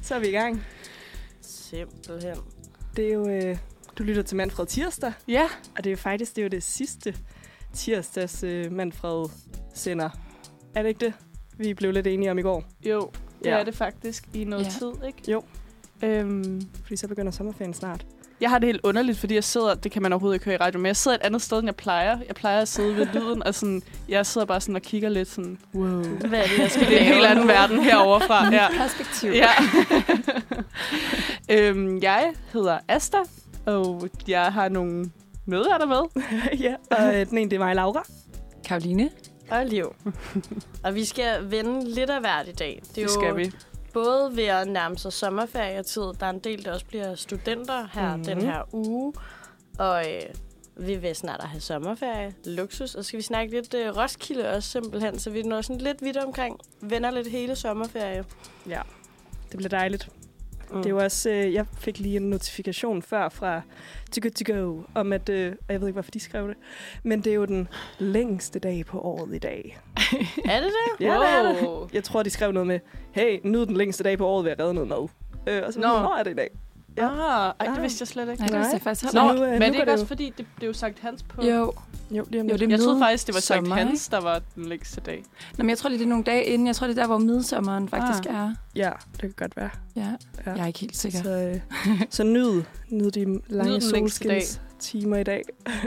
Så er vi i gang. Simpelthen. Det er jo, du lytter til Manfred Tirsdag. Ja. Og det er jo faktisk det sidste tirsdags Manfred sender. Er det ikke det, vi blev lidt enige om i går? Jo, det er det faktisk i noget tid, ikke? Jo. Fordi så begynder sommerferien snart. Jeg har det helt underligt, fordi jeg sidder, det kan man overhovedet ikke høre i radio, men jeg sidder et andet sted, end jeg plejer. Jeg plejer at sidde ved lyden, og sådan, jeg sidder bare sådan og kigger lidt sådan, wow. Hvad er det, jeg skal Det er en helt anden verden herovre fra. Ja. Perspektiv. Ja. Jeg hedder Asta, og jeg har nogle medværter med. Ja, og den ene, det er mig, Laura. Karoline. Og Liv. Og vi skal vende lidt af hvert i dag. Det skal vi. Både ved at nærme sig sommerferietid. Der er en del, der også bliver studenter her den her uge. Og vi vil snart have sommerferie. Luksus. Og så skal vi snakke lidt Roskilde også simpelthen. Så vi når sådan lidt vidt omkring. Vender lidt hele sommerferie. Ja, det bliver dejligt. Det er jo også, jeg fik lige en notifikation før fra Too Good To Go, om at, jeg ved ikke, hvorfor de skrev det, men det er jo den længste dag på året i dag. Er det det? Ja, det er det. Jeg tror, de skrev noget med, hey, nu er den længste dag på året ved at redde noget mad. Og så er det i dag. Ja. Det vidste jeg slet ikke. Nej, det vidste jeg faktisk Nå, men det er ikke også fordi, det er jo Sankt Hans på... Jo, jeg troede faktisk, det var Sankt Hans, der var den længste dag. Nå, men jeg tror lige, det er nogle dage inden. Jeg tror, det er der, hvor midsommeren faktisk er. Ja, det kan godt være. Ja. Jeg er ikke helt sikker. Så nyd de lange solskins timer i dag.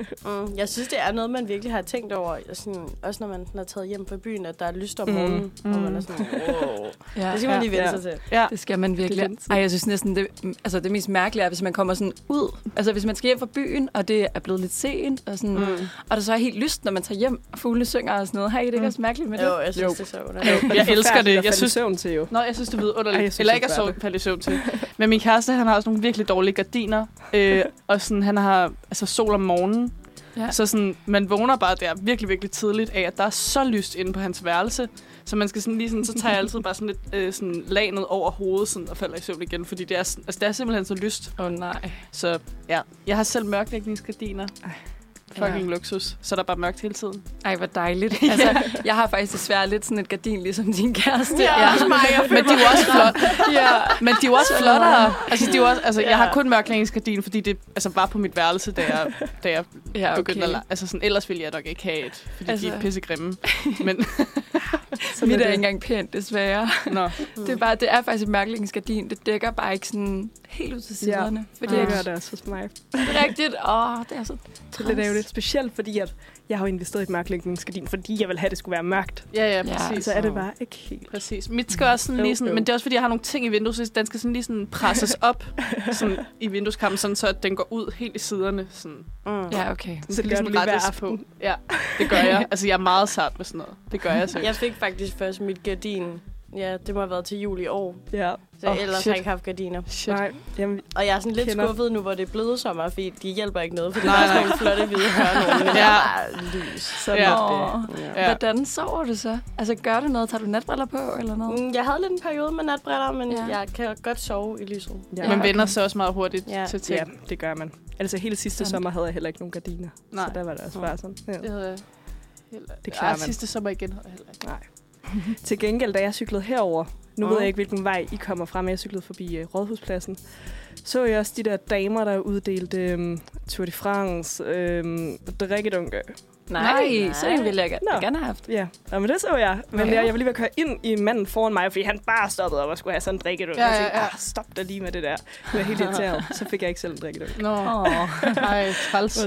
Jeg synes, det er noget, man virkelig har tænkt over. Sådan, også når man har taget hjem fra byen, at der er lyst om morgenen. Og man er sådan, wow. Det skal man lige vende sig til. Ja. Det skal man virkelig. Jeg synes næsten, det mest mærkelige er, hvis man kommer sådan ud. Altså, hvis man skal hjem fra byen, og det er blevet lidt sent, og, sådan, og der så er helt lyst, når man tager hjem, og fuglene synger og sådan noget. Har I det ikke også mærkeligt med det? Jo, jeg synes, det er så underligt. Jeg elsker det. Jeg synes søvn til jo. Nå, jeg synes, det er vidunderligt. Eller ikke at sove falde i søvn til. Men min kæreste, han har også nogle virkelig dårlige gardiner. Og sådan, han har sol om morgenen. Ja. Så sådan, man vågner bare der virkelig, virkelig tidligt af, at der er så lyst inde på hans værelse. Så man skal sådan lige sådan, så tager jeg altid bare sådan lidt sådan lanet over hovedet sådan, og falder i søvn igen, fordi det er simpelthen så lyst. Nej. Så ja, jeg har selv mørklægningsgardiner. Fucking luksus. Så der er bare mørkt hele tiden. Ej, hvor dejligt. Altså, jeg har faktisk desværre lidt sådan et gardin, ligesom din kæreste. Ja. Men de er jo også flot. Men de er jo også flottere. Altså, jeg har kun mørklægningsgardin, fordi det var på mit værelse, da jeg begyndte at altså sådan, ellers ville jeg nok ikke have et, fordi de er pissegrimme. Men så mit er ikke engang pænt, desværre. Nå. Det er faktisk et mørklægningsgardin. Det dækker bare ikke sådan helt ud til siderne. Fordi det gør det også hos mig. Det er rigtigt. Det er så træls. Det er lidt ærgerligt. Specielt fordi, at jeg har investeret i et mørklægningsgardin, fordi jeg vil have, at det skulle være mørkt. Ja, præcis. Så er det bare ikke helt. Præcis. Mit skal også sådan lige sådan, men det er også fordi, jeg har nogle ting i vinduet, så den skal sådan lige sådan presses op sådan i vindueskampen, sådan, så at den går ud helt i siderne. Sådan. Ja, okay. Så det gør du lige hver aften. Ja, det gør jeg. Altså, jeg er meget sart med sådan noget. Det gør jeg så. Jeg fik faktisk først mit gardin. Ja, det må have været til jul i år. Ja. Så ellers har jeg ikke haft gardiner. Nej. Jamen, og jeg er sådan lidt skuffet nu, hvor det er blevet sommer, fordi de hjælper ikke noget, for det er bare sådan nogle flotte hvide hørner, men det er bare lys. Så hvordan sover du så? Altså, gør du noget? Tager du natbriller på, eller noget? Jeg havde lidt en periode med natbriller, men jeg kan godt sove i lyset. Ja. Man vender sig også meget hurtigt til ting. Ja, det gør man. Altså, hele sidste sommer havde jeg heller ikke nogen gardiner. Nej. Så der var det også bare sådan. Ja. Det havde jeg det klarer man. Sidste sommer igen havde jeg heller ikke. Nej. Til gengæld, da jeg cyklede herover, nu ved jeg ikke, hvilken vej I kommer fra, men jeg cyklede forbi Rådhuspladsen, så jeg også de der damer, der uddelte Tour de France, drikkedunke. Nej, så det ville jeg gerne have haft. Ja, men det så jeg. Men jeg ville lige være køre ind i manden foran mig, fordi han bare stoppede op og skulle have sådan en drikkedunk. Jeg tænkte, stop da lige med det der. Det var helt irriteret. Så fik jeg ikke selv en drikkedunk. Nej, træls.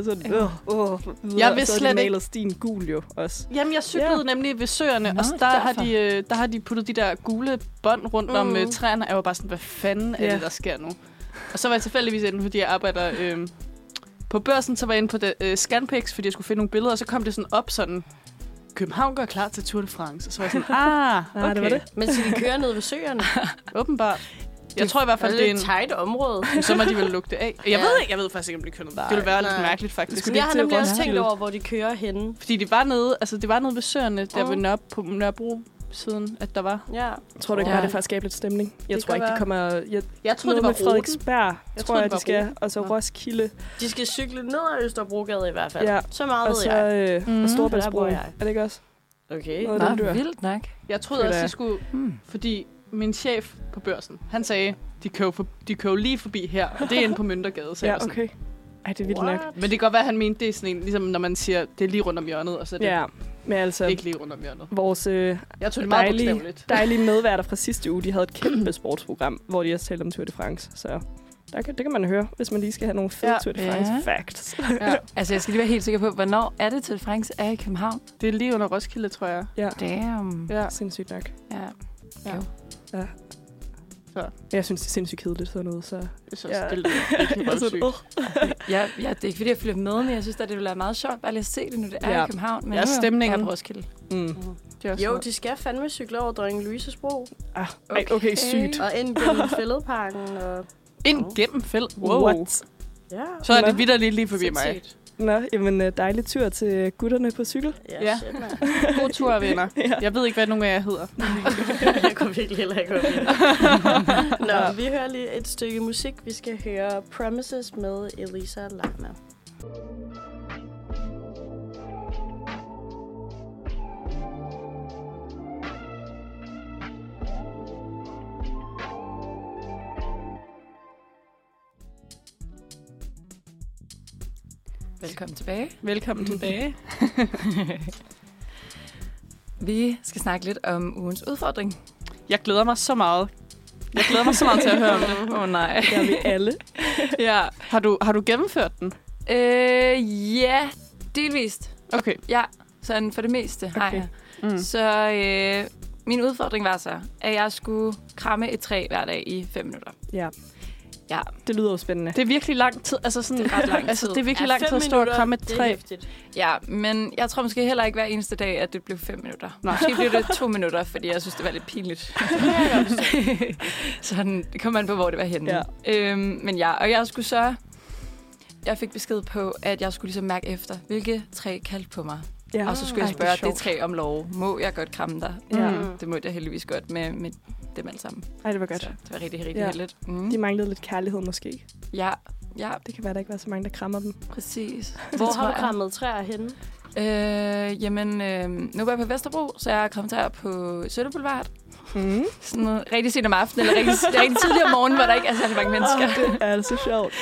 Jeg vidste slet ikke. Malet Stien gul jo også. Jamen, jeg cyklede nemlig ved søerne, og der har de puttet de der gule bånd rundt om træerne. Jeg var bare sådan, hvad fanden er det, der sker nu? Og så var jeg tilfældigvis inde, fordi jeg arbejder på Børsen, så var jeg inde på Scanpix, fordi jeg skulle finde nogle billeder, og så kom det sådan op sådan, København går klar til Tour de France. Og så var jeg sådan, okay. Det var det. Men så de kører ned ved søerne? Åbenbart. Jeg tror i hvert fald, det er et tight område. Så må de vel lugte af. Jeg ved faktisk ikke, om de kører ned. Det ville være lidt mærkeligt, faktisk. Jeg har nemlig også tænkt over, hvor de kører henne. Fordi de var nede, ved søerne, der ved på Nørrebro siden, at der var. Ja. Jeg tror du ikke bare, det for at skabe lidt stemning? Jeg tror ikke, de kommer... Jeg troede, det var Frederiksberg, tror jeg, de skal. Og så Roskilde. De skal cykle ned ad Østerbrogade i hvert fald. Ja. Så meget ved jeg. Og Storebæltsbroen. Er det ikke også? Okay. Vildt nok. Jeg troede også, de skulle... Fordi min chef på børsen, han sagde, de kører lige forbi her, og det er inde på Møntergade. Så ja, okay. Ej, det er vildt nok. Men det kan godt være, at han mente, det er sådan en, ligesom når man siger, det er lige rundt om hjørnet, og så er det men altså, ikke lige rundt om hjørnet. Vores jeg tog det meget dejlige medværter fra sidste uge, de havde et kæmpe sportsprogram, hvor de også talte om Tour de France. Så det kan man høre, hvis man lige skal have nogle fede Tour de France facts. Ja. Altså, jeg skal lige være helt sikker på, hvornår er det Tour de France er i København? Det er lige under Roskilde, tror jeg. Ja. Damn. Ja, sindssygt nok. Ja. Så. Jeg synes, det er sindssygt kedeligt sådan noget, så... Jeg synes, det er ikke røvsygt. Ja, det er ikke fordi, jeg følger med, men jeg synes, at det ville være meget sjovt bare lige at se det, nu det er i København. Men stemningen. Er på Roskilde. Jo, de skal fandme cykle over Dronning Louises bro. Okay, sygt. Og ind gennem Fælledparken. Og... Ind gennem Fæled? Wow. What? Ja. Så er det vitterligt lige forbi mig. Nå, jamen dejlig tur til gutterne på cykel. Ja. God tur, venner. Jeg ved ikke, hvad nogen af jer hedder. Jeg kunne virkelig heller ikke høre Nå, vi hører lige et stykke musik. Vi skal høre Promises med Elisa Lama. Velkommen tilbage. Vi skal snakke lidt om ugens udfordring. Jeg glæder mig så meget. Til at høre om det. Nej. Det er vi alle. Ja. Har du gennemført den? Ja, delvist. Okay. Ja, sådan for det meste har jeg. Så min udfordring var så, at jeg skulle kramme et træ hver dag i 5 minutter. Ja. Det lyder jo spændende. Det er virkelig lang tid. Altså sådan, det er ret lang tid. Altså, det er virkelig lang tid at stå og kramme et træ. Ja, men jeg tror måske heller ikke hver eneste dag, at det blev 5 minutter. Måske blev det 2 minutter, fordi jeg synes, det var lidt pinligt. Sådan, det kommer an på, hvor det var henne. Ja. Men ja, og jeg skulle så... Jeg fik besked på, at jeg skulle ligesom mærke efter, hvilke træ kaldte på mig. Ja. Og så skulle jeg spørge det træ om lov. Må jeg godt kramme dig? Ja. Det måtte jeg heldigvis godt med dem alle sammen. Ej, det var godt. Så det var rigtig heldigt. De manglede lidt kærlighed måske. Ja. Det kan være, der ikke var så mange, der krammer dem. Præcis. Hvor har du krammet træer henne? Nu var jeg på Vesterbro, så jeg har krammet træer på Sølle Boulevard. Sådan noget rigtig sent om aftenen, eller rigtig tidligt om morgenen, hvor der ikke er så mange mennesker. Det er altså sjovt.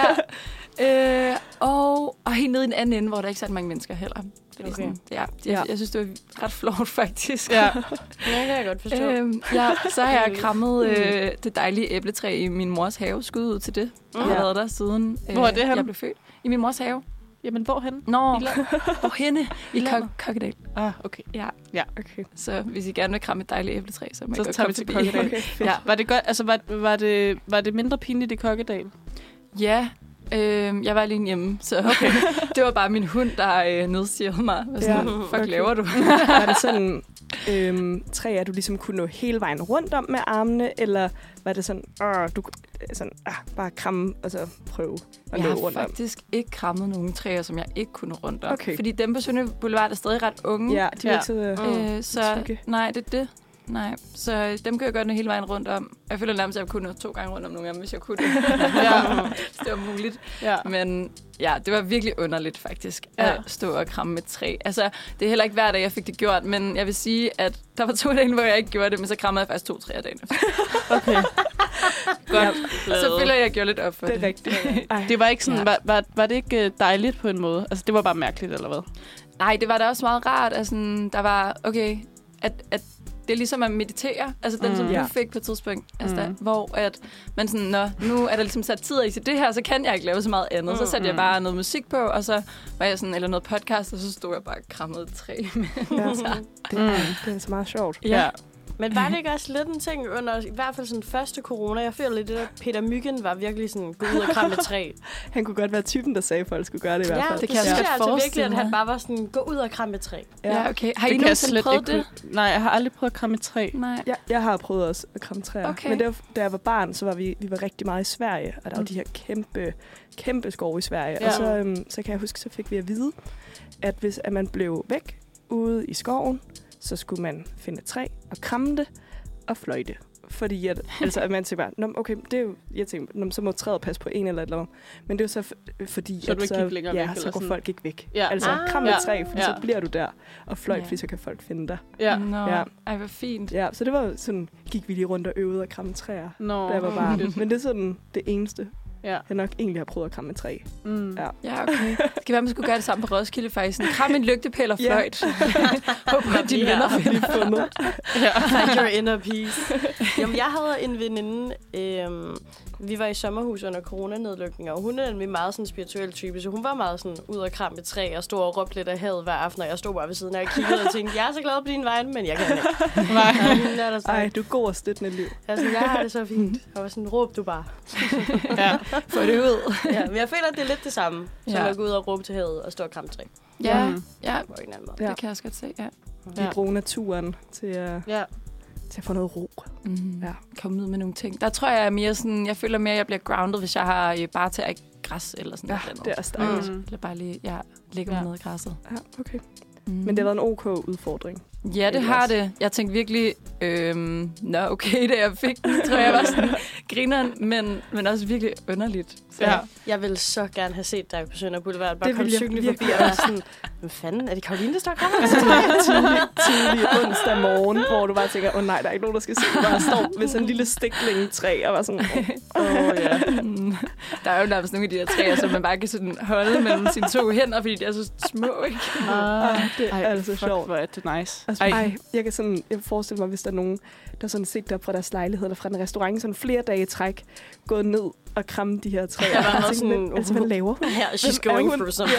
Ja. Og helt nede i en anden ende, hvor der ikke er så mange mennesker heller. Okay. Jeg synes, det var ret flot, faktisk. Ja, det kan jeg godt forstå. Så har jeg krammet det dejlige æbletræ i min mors have. Skud ud til det. Jeg har været der siden hvor er det henne? Jeg blev født. I min mors have. Jamen, hvorhenne? Hvorhenne? I Kokkedal. Okay. Ja. Okay. Så hvis I gerne vil kramme et dejligt æbletræ, så må I godt komme til Kokkedal. Okay, ja. Var det godt? Altså, var det mindre pinligt i Kokkedal? Ja. Jeg var alene hjemme, så det var bare min hund, der nedstirrede mig. Fuck laver du? Var det sådan træ, at du ligesom kunne nå hele vejen rundt om med armene, eller var det sådan, du sådan, bare kramme og så prøve at nå rundt om? Jeg har faktisk ikke krammet nogen træer, som jeg ikke kunne rundt om. Okay. Fordi dem på Sønne Boulevard er stadig ret unge. Ja, de er ikke så nej, det er det. Nej, så dem kan jeg gøre den hele vejen rundt om. Jeg føler nærmest, at jeg kunne nå 2 gange rundt om nogle af dem, hvis jeg kunne det. Det var muligt. Ja. Men ja, det var virkelig underligt faktisk, at stå og kramme et træ. Altså, det er heller ikke hver dag, jeg fik det gjort, men jeg vil sige, at der var 2 dage, hvor jeg ikke gjorde det, men så krammede jeg faktisk 2 træer dagen efter. Okay. Godt. Så føler jeg gjorde lidt op for det. Det er rigtigt. Det var ikke sådan, var det ikke dejligt på en måde? Altså, det var bare mærkeligt, eller hvad? Nej, det var da også meget rart. Altså, der var, at det er ligesom at meditere, altså den, som du fik på et tidspunkt, altså hvor at man sådan, nu er der ligesom sat tid i til det her, så kan jeg ikke lave så meget andet. Så satte jeg bare noget musik på, og så var jeg sådan, eller noget podcast, og så stod jeg bare og krammede et træ. Det er så meget sjovt. Ja. Men var det ikke også lidt en ting under, i hvert fald sådan første corona? Jeg føler lidt, at Peter Myggen var virkelig sådan, gå ud og kramme træ. Han kunne godt være typen, der sagde, at folk skulle gøre det i hvert fald. Det kan jeg synes altså virkelig, at han bare var sådan, gå ud og kramme træ. Ja, okay. Har I nogensinde prøvet det? Nej, jeg har aldrig prøvet at kramme træ. Nej. Jeg har prøvet også at kramme træer. Okay. Men da jeg var barn, så var vi var rigtig meget i Sverige, og der var de her kæmpe skove i Sverige. Ja. Og så kan jeg huske, så fik vi at vide, at hvis at man blev væk ude i skoven, så skulle man finde et træ og kramme det og fløjte fordi at man tænker bare, okay, det er jo, jeg tænker, så må træet passe på en eller et eller andet. Men det er jo så fordi, så, at så går folk ikke væk. Ja. Altså, kram et træ, fordi så bliver du der, og fløjt, fordi så kan folk finde dig. Ja. Ej, hvor fint. Ja, så det var sådan, gik vi lige rundt og øvede at kramme træer. Der var bare, men det er sådan det eneste. Ja. Jeg nok egentlig har prøvet at kramme et træ. Ja, okay. Det kan være, man skulle gøre det samme på Roskilde, faktisk. Kram en lygtepæl og fløjt. Håber, at dine venner finder fundet. Find your inner peace. Jamen, jeg havde en veninde, vi var i sommerhus under coronanedlukning, og hun er nemlig meget sådan en spirituel type, så hun var meget sådan ud og kramme et træ og stod og råbte lidt af havet hver aften, og jeg stod bare ved siden af og kiggede og tænkte, jeg er så glad på din vej, men jeg kan ikke. Nej. Ej, du er god og støttende liv. Jeg har det så fint. Jeg var sådan, råb du bare. Ja, få det ud. Ja, men jeg føler, at det er lidt det samme, som at gå ud og råbe til havet og stå og kramme træ. Ja, det kan jeg også godt se, ja. Vi bruger naturen til at få noget ro. Komme ud med nogle ting. Der tror jeg mere sådan, jeg føler mere, at jeg bliver grounded, hvis jeg har bare til at græs eller sådan noget. Det er stærkt. Eller bare lige, ligger nede i græsset. Ja, okay. Men det har været en OK udfordring. Ja, det har det. Jeg tænkte virkelig, okay, da jeg fik den, tror jeg var sådan grineren, men også virkelig underligt. Så. Ja. Jeg ville så gerne have set dig på Sønder Boulevard. Bare komme cyklende forbi og være sådan, hvad fanden, er det Karoline, der står og kommer? tidlig onsdag morgen, hvor du bare tænker, nej, der er ikke nogen, der skal se. Du bare står ved sådan en lille stikling træ og var sådan, ja. Der er jo nærmest nogle af de der træer, som man bare kan sådan holde mellem sine to hænder, fordi de er så små, ikke? Det er altså sjovt. Hvor er det nice. Altså, jeg forestiller mig, hvis der er nogen, der sådan set der fra deres lejlighed eller fra en restaurant, sådan flere dage i træk, gået ned og kramme de her træer. Ja, og sådan, hvad laver hun? Yeah, she's going through something.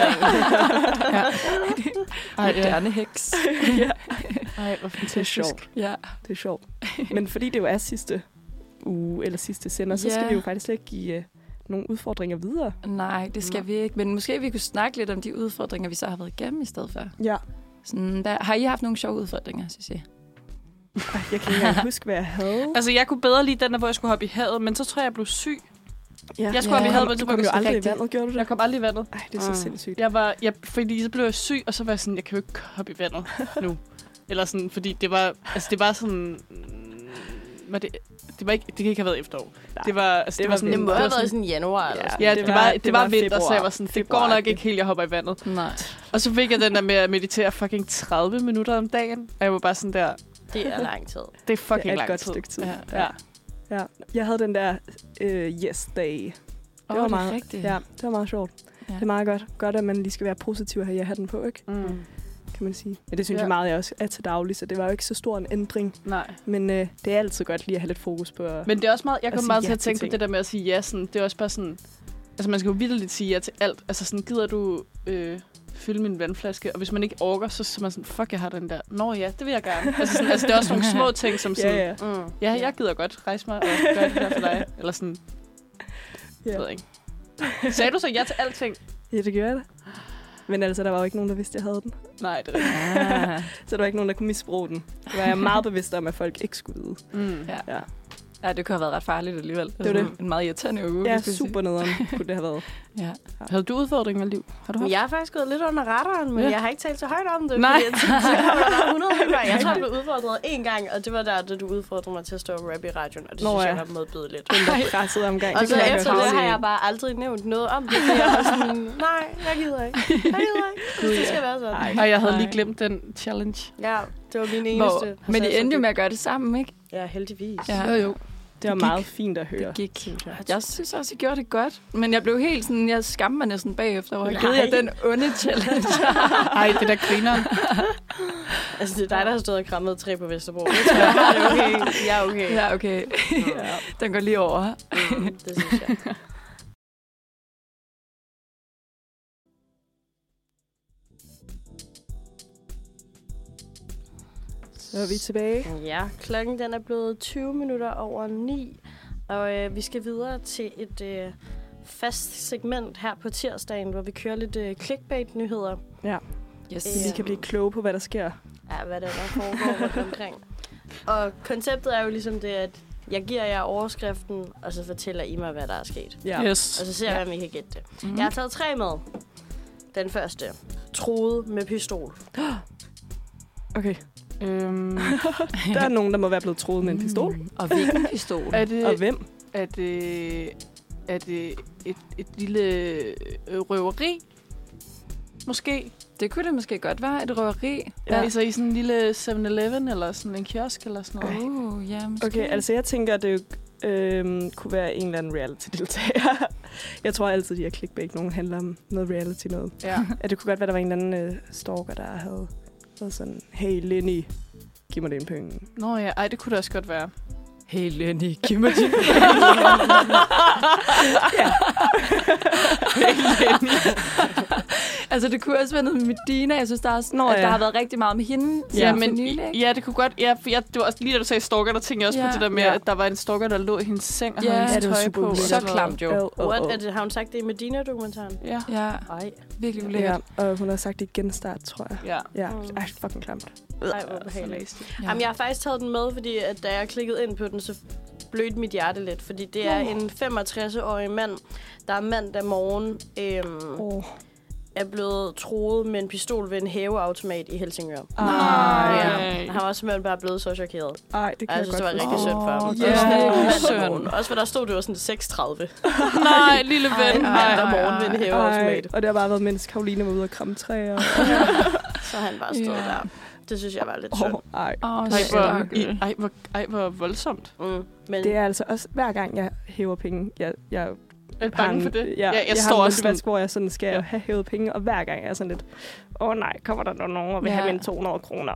Moderne heks. Ej, hvor fantastisk. Det er sjovt. Ja. Det er sjovt. Men fordi det jo er sidste uge eller sidste sender, så skal vi jo faktisk ikke give nogle udfordringer videre. Nej, det skal vi ikke. Men måske vi kunne snakke lidt om de udfordringer, vi så har været igennem i stedet for. Ja. Sådan, har I haft nogle sjove udfordringer, synes jeg? Jeg kan ikke huske, hvad jeg havde. Altså, jeg kunne bedre lide den der, hvor jeg skulle hoppe i havet, men så tror jeg blev syg. Ja. Jeg skulle hoppe i havet, men du kom jo aldrig i vandet, gjorde du det? Jeg kom aldrig i vandet. Ej, det er så sindssygt. Fordi så blev jeg syg, og så var jeg sådan, jeg kan jo ikke hoppe i vandet nu. Eller sådan, fordi det var sådan... Det kan ikke have været efterår. Det var sådan, det var sådan januar eller sådan. Ja, det var vinter, så jeg var sådan, det går nok ikke helt, jeg hopper i vandet. Nej. Og så fik jeg den der med at meditere fucking 30 minutter om dagen, og jeg var bare sådan der... Det er lang tid. Det er fucking lang tid. Det er et godt stykke tid. Ja. Jeg havde den der yes-day. Det var meget rigtigt. Ja, det var meget sjovt. Ja. Det er meget godt. Godt, at man lige skal være positiv og have hatten på, ikke? Kan man sige. Ja, det synes jeg meget, jeg også er til daglig, så det var jo ikke så stor en ændring. Nej. Men det er altid godt lige at have lidt fokus på Men det er også meget, jeg kommer meget til at tænke på det der med at sige ja, sådan, det er også bare sådan, altså man skal jo vitterligt sige ja til alt. Altså sådan, gider du fylde min vandflaske, og hvis man ikke orker, så er man sådan, fuck, jeg har den der. Nå ja, det vil jeg gerne. Altså det er også nogle små ting, som sådan, jeg gider godt rejse mig og gøre det der for dig. Eller sådan, jeg ved ikke. Sagde du så ja til alting? Ja, det gjorde jeg da. Men altså, der var jo ikke nogen, der vidste, jeg havde den. Nej, det er rigtigt. Så der var ikke nogen, der kunne misbruge den. Det var jeg meget bevidst om, at folk ikke skulle vide. Ja, det kunne have været ret farligt alligevel. Det var det. En meget irriterende uge. Ja, super nederen kunne det have været. Ja. Havde du udfordringer, Liv? Har du haft? Jeg har faktisk gået lidt under radaren, men jeg har ikke talt så højt om det. Nej. Fordi så kommer der 100 gange. Jeg tror, jeg blev udfordret én gang, og det var der, da du udfordrede mig til at stå og rappe i radioen. Og det synes jeg var modbydet lidt. Den der pressede omgang. Og så efter det har jeg bare aldrig nævnt noget om det. Jeg var sådan, nej, jeg gider ikke. Det skal være sådan. Og jeg havde lige glemt den challenge. Ja, det var min eneste. Men I endte jo med at gøre det sammen, ikke? Ja, heldigvis. Ja. Jo. Det var meget fint at høre. Det gik. Jeg synes også, jeg gjorde det godt. Men jeg blev helt sådan, jeg skamte mig næsten bagefter. Og givet jeg den onde challenge. Ej, det der griner. Altså, det er dig, der har stået og krammet træ på Vesterbro. Det er okay. Jeg er okay. Ja, okay. Den går lige over. Det synes jeg. Så er vi tilbage. Ja, klokken den er blevet 20 minutter over 9, og vi skal videre til et fast segment her på tirsdagen, hvor vi kører lidt clickbait-nyheder. Ja, yes. Vi kan blive kloge på, hvad der sker. Ja, hvad der foregår rundt omkring. Og konceptet er jo ligesom det, at jeg giver jer overskriften, og så fortæller I mig, hvad der er sket. Ja. Yes. Og så ser jeg, om I kan gætte det. Jeg har taget 3 med. Den første. Truet med pistol. Okay. Der er nogen, der må være blevet troet med en pistol. Og hvilken pistol? Og hvem? Er det et lille røveri? Måske? Det kunne det måske godt være, et røveri. Ja. Altså i sådan en lille 7-Eleven eller sådan en kiosk eller sådan noget. Ja, måske. Okay, altså jeg tænker, at det kunne være en eller anden reality-deltager. Jeg tror altid, de her clickbait nogen handler om noget reality noget. Ja. At det kunne godt være, der var en eller anden stalker, der havde været sådan, hey Lenny, giv mig dine penge. Nå ja, ej, det kunne det også godt være. Hey Lenny, giv mig dine penge. Ja. Hey Lenny. Altså, det kunne også være noget med Medina. Jeg synes, der har været rigtig meget med hende. Ja, det kunne godt. Ja, for det var også lige da du sagde stalker, der tænkte jeg også på det der med, at der var en stalker, der lå i hendes seng og havde hendes tøj på. Så klamt jo. Har hun sagt det i Medina-dokumentaren? Ja. Ej, virkelig ulækkert. Ja, og hun har sagt det i genstart, tror jeg. Ja. Ej, fucking klamt. Ej, hvor behageligt. Jamen, jeg har faktisk taget den med, fordi at da jeg klikkede ind på den, så blødte mit hjerte lidt. Fordi det er en 65-årig mand, der er mandag morgen er blevet troet med en pistol ved en hæveautomat i Helsingør. Han var simpelthen bare blevet så chokeret. Ej, det kan jeg synes, det var rigtig synd for ham. Yeah. Også for der stod det var sådan 6:30. Nej, lille ven. Mandag morgen ved en hæveautomat. Og det har bare været, mens Karoline var ude og kramme træer. Så han bare stod der. Det synes jeg var lidt synd. Hvor voldsomt. Men det er altså også, hver gang jeg hæver penge, jeg er bange for det? Ja, jeg står også sådan, hvor jeg sådan skal have hævet penge, og hver gang er jeg sådan lidt, nej, kommer der nogen og vil have mine 200 kroner?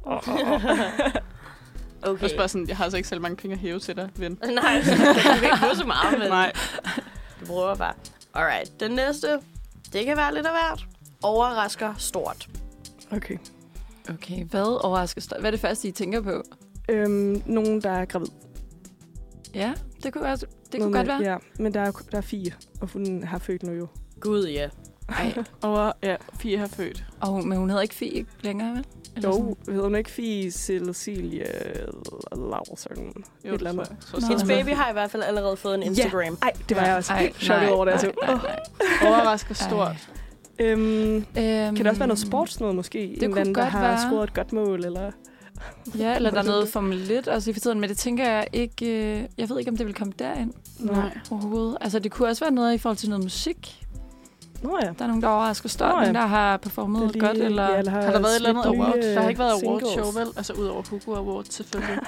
Okay. Jeg, sådan, jeg har altså ikke selv mange penge at hæve til dig, ven. Nej, du kan ikke bruge så meget, men nej. Du prøver bare. Alright, den næste, det kan være lidt af hvert. Overrasker stort. Okay, hvad overrasker stort? Hvad er det første, I tænker på? Nogen, der er gravid. Ja, det kunne godt være. Ja, men der er 4, og hun har født nu jo. Gud, ja. Ej. 4 har født. Men hun havde ikke Fie længere, vel? Jo, hedder hun ikke Fie, Cecilie Larsen? Jo, et eller andet. Hendes baby har i hvert fald allerede fået en Instagram. Ja. Ej, det var jeg også helt chokket over det. Overrasker stort. Kan det også være noget sportsnået måske? Det kunne godt der har være. scoret et godt mål, eller... Ja, eller der er noget Formel 1 også i for tiden, men det tænker jeg ikke... Jeg ved ikke, om det vil komme derind. Nej. Overhovedet. Altså, det kunne også være noget i forhold til noget musik. Nå ja. Der er nogen, der overrasker stort, men der har performet godt, eller... Ja, eller har der været et eller andet award? Der har ikke været award show, vel? Altså, ud over Hugo Award, selvfølgelig.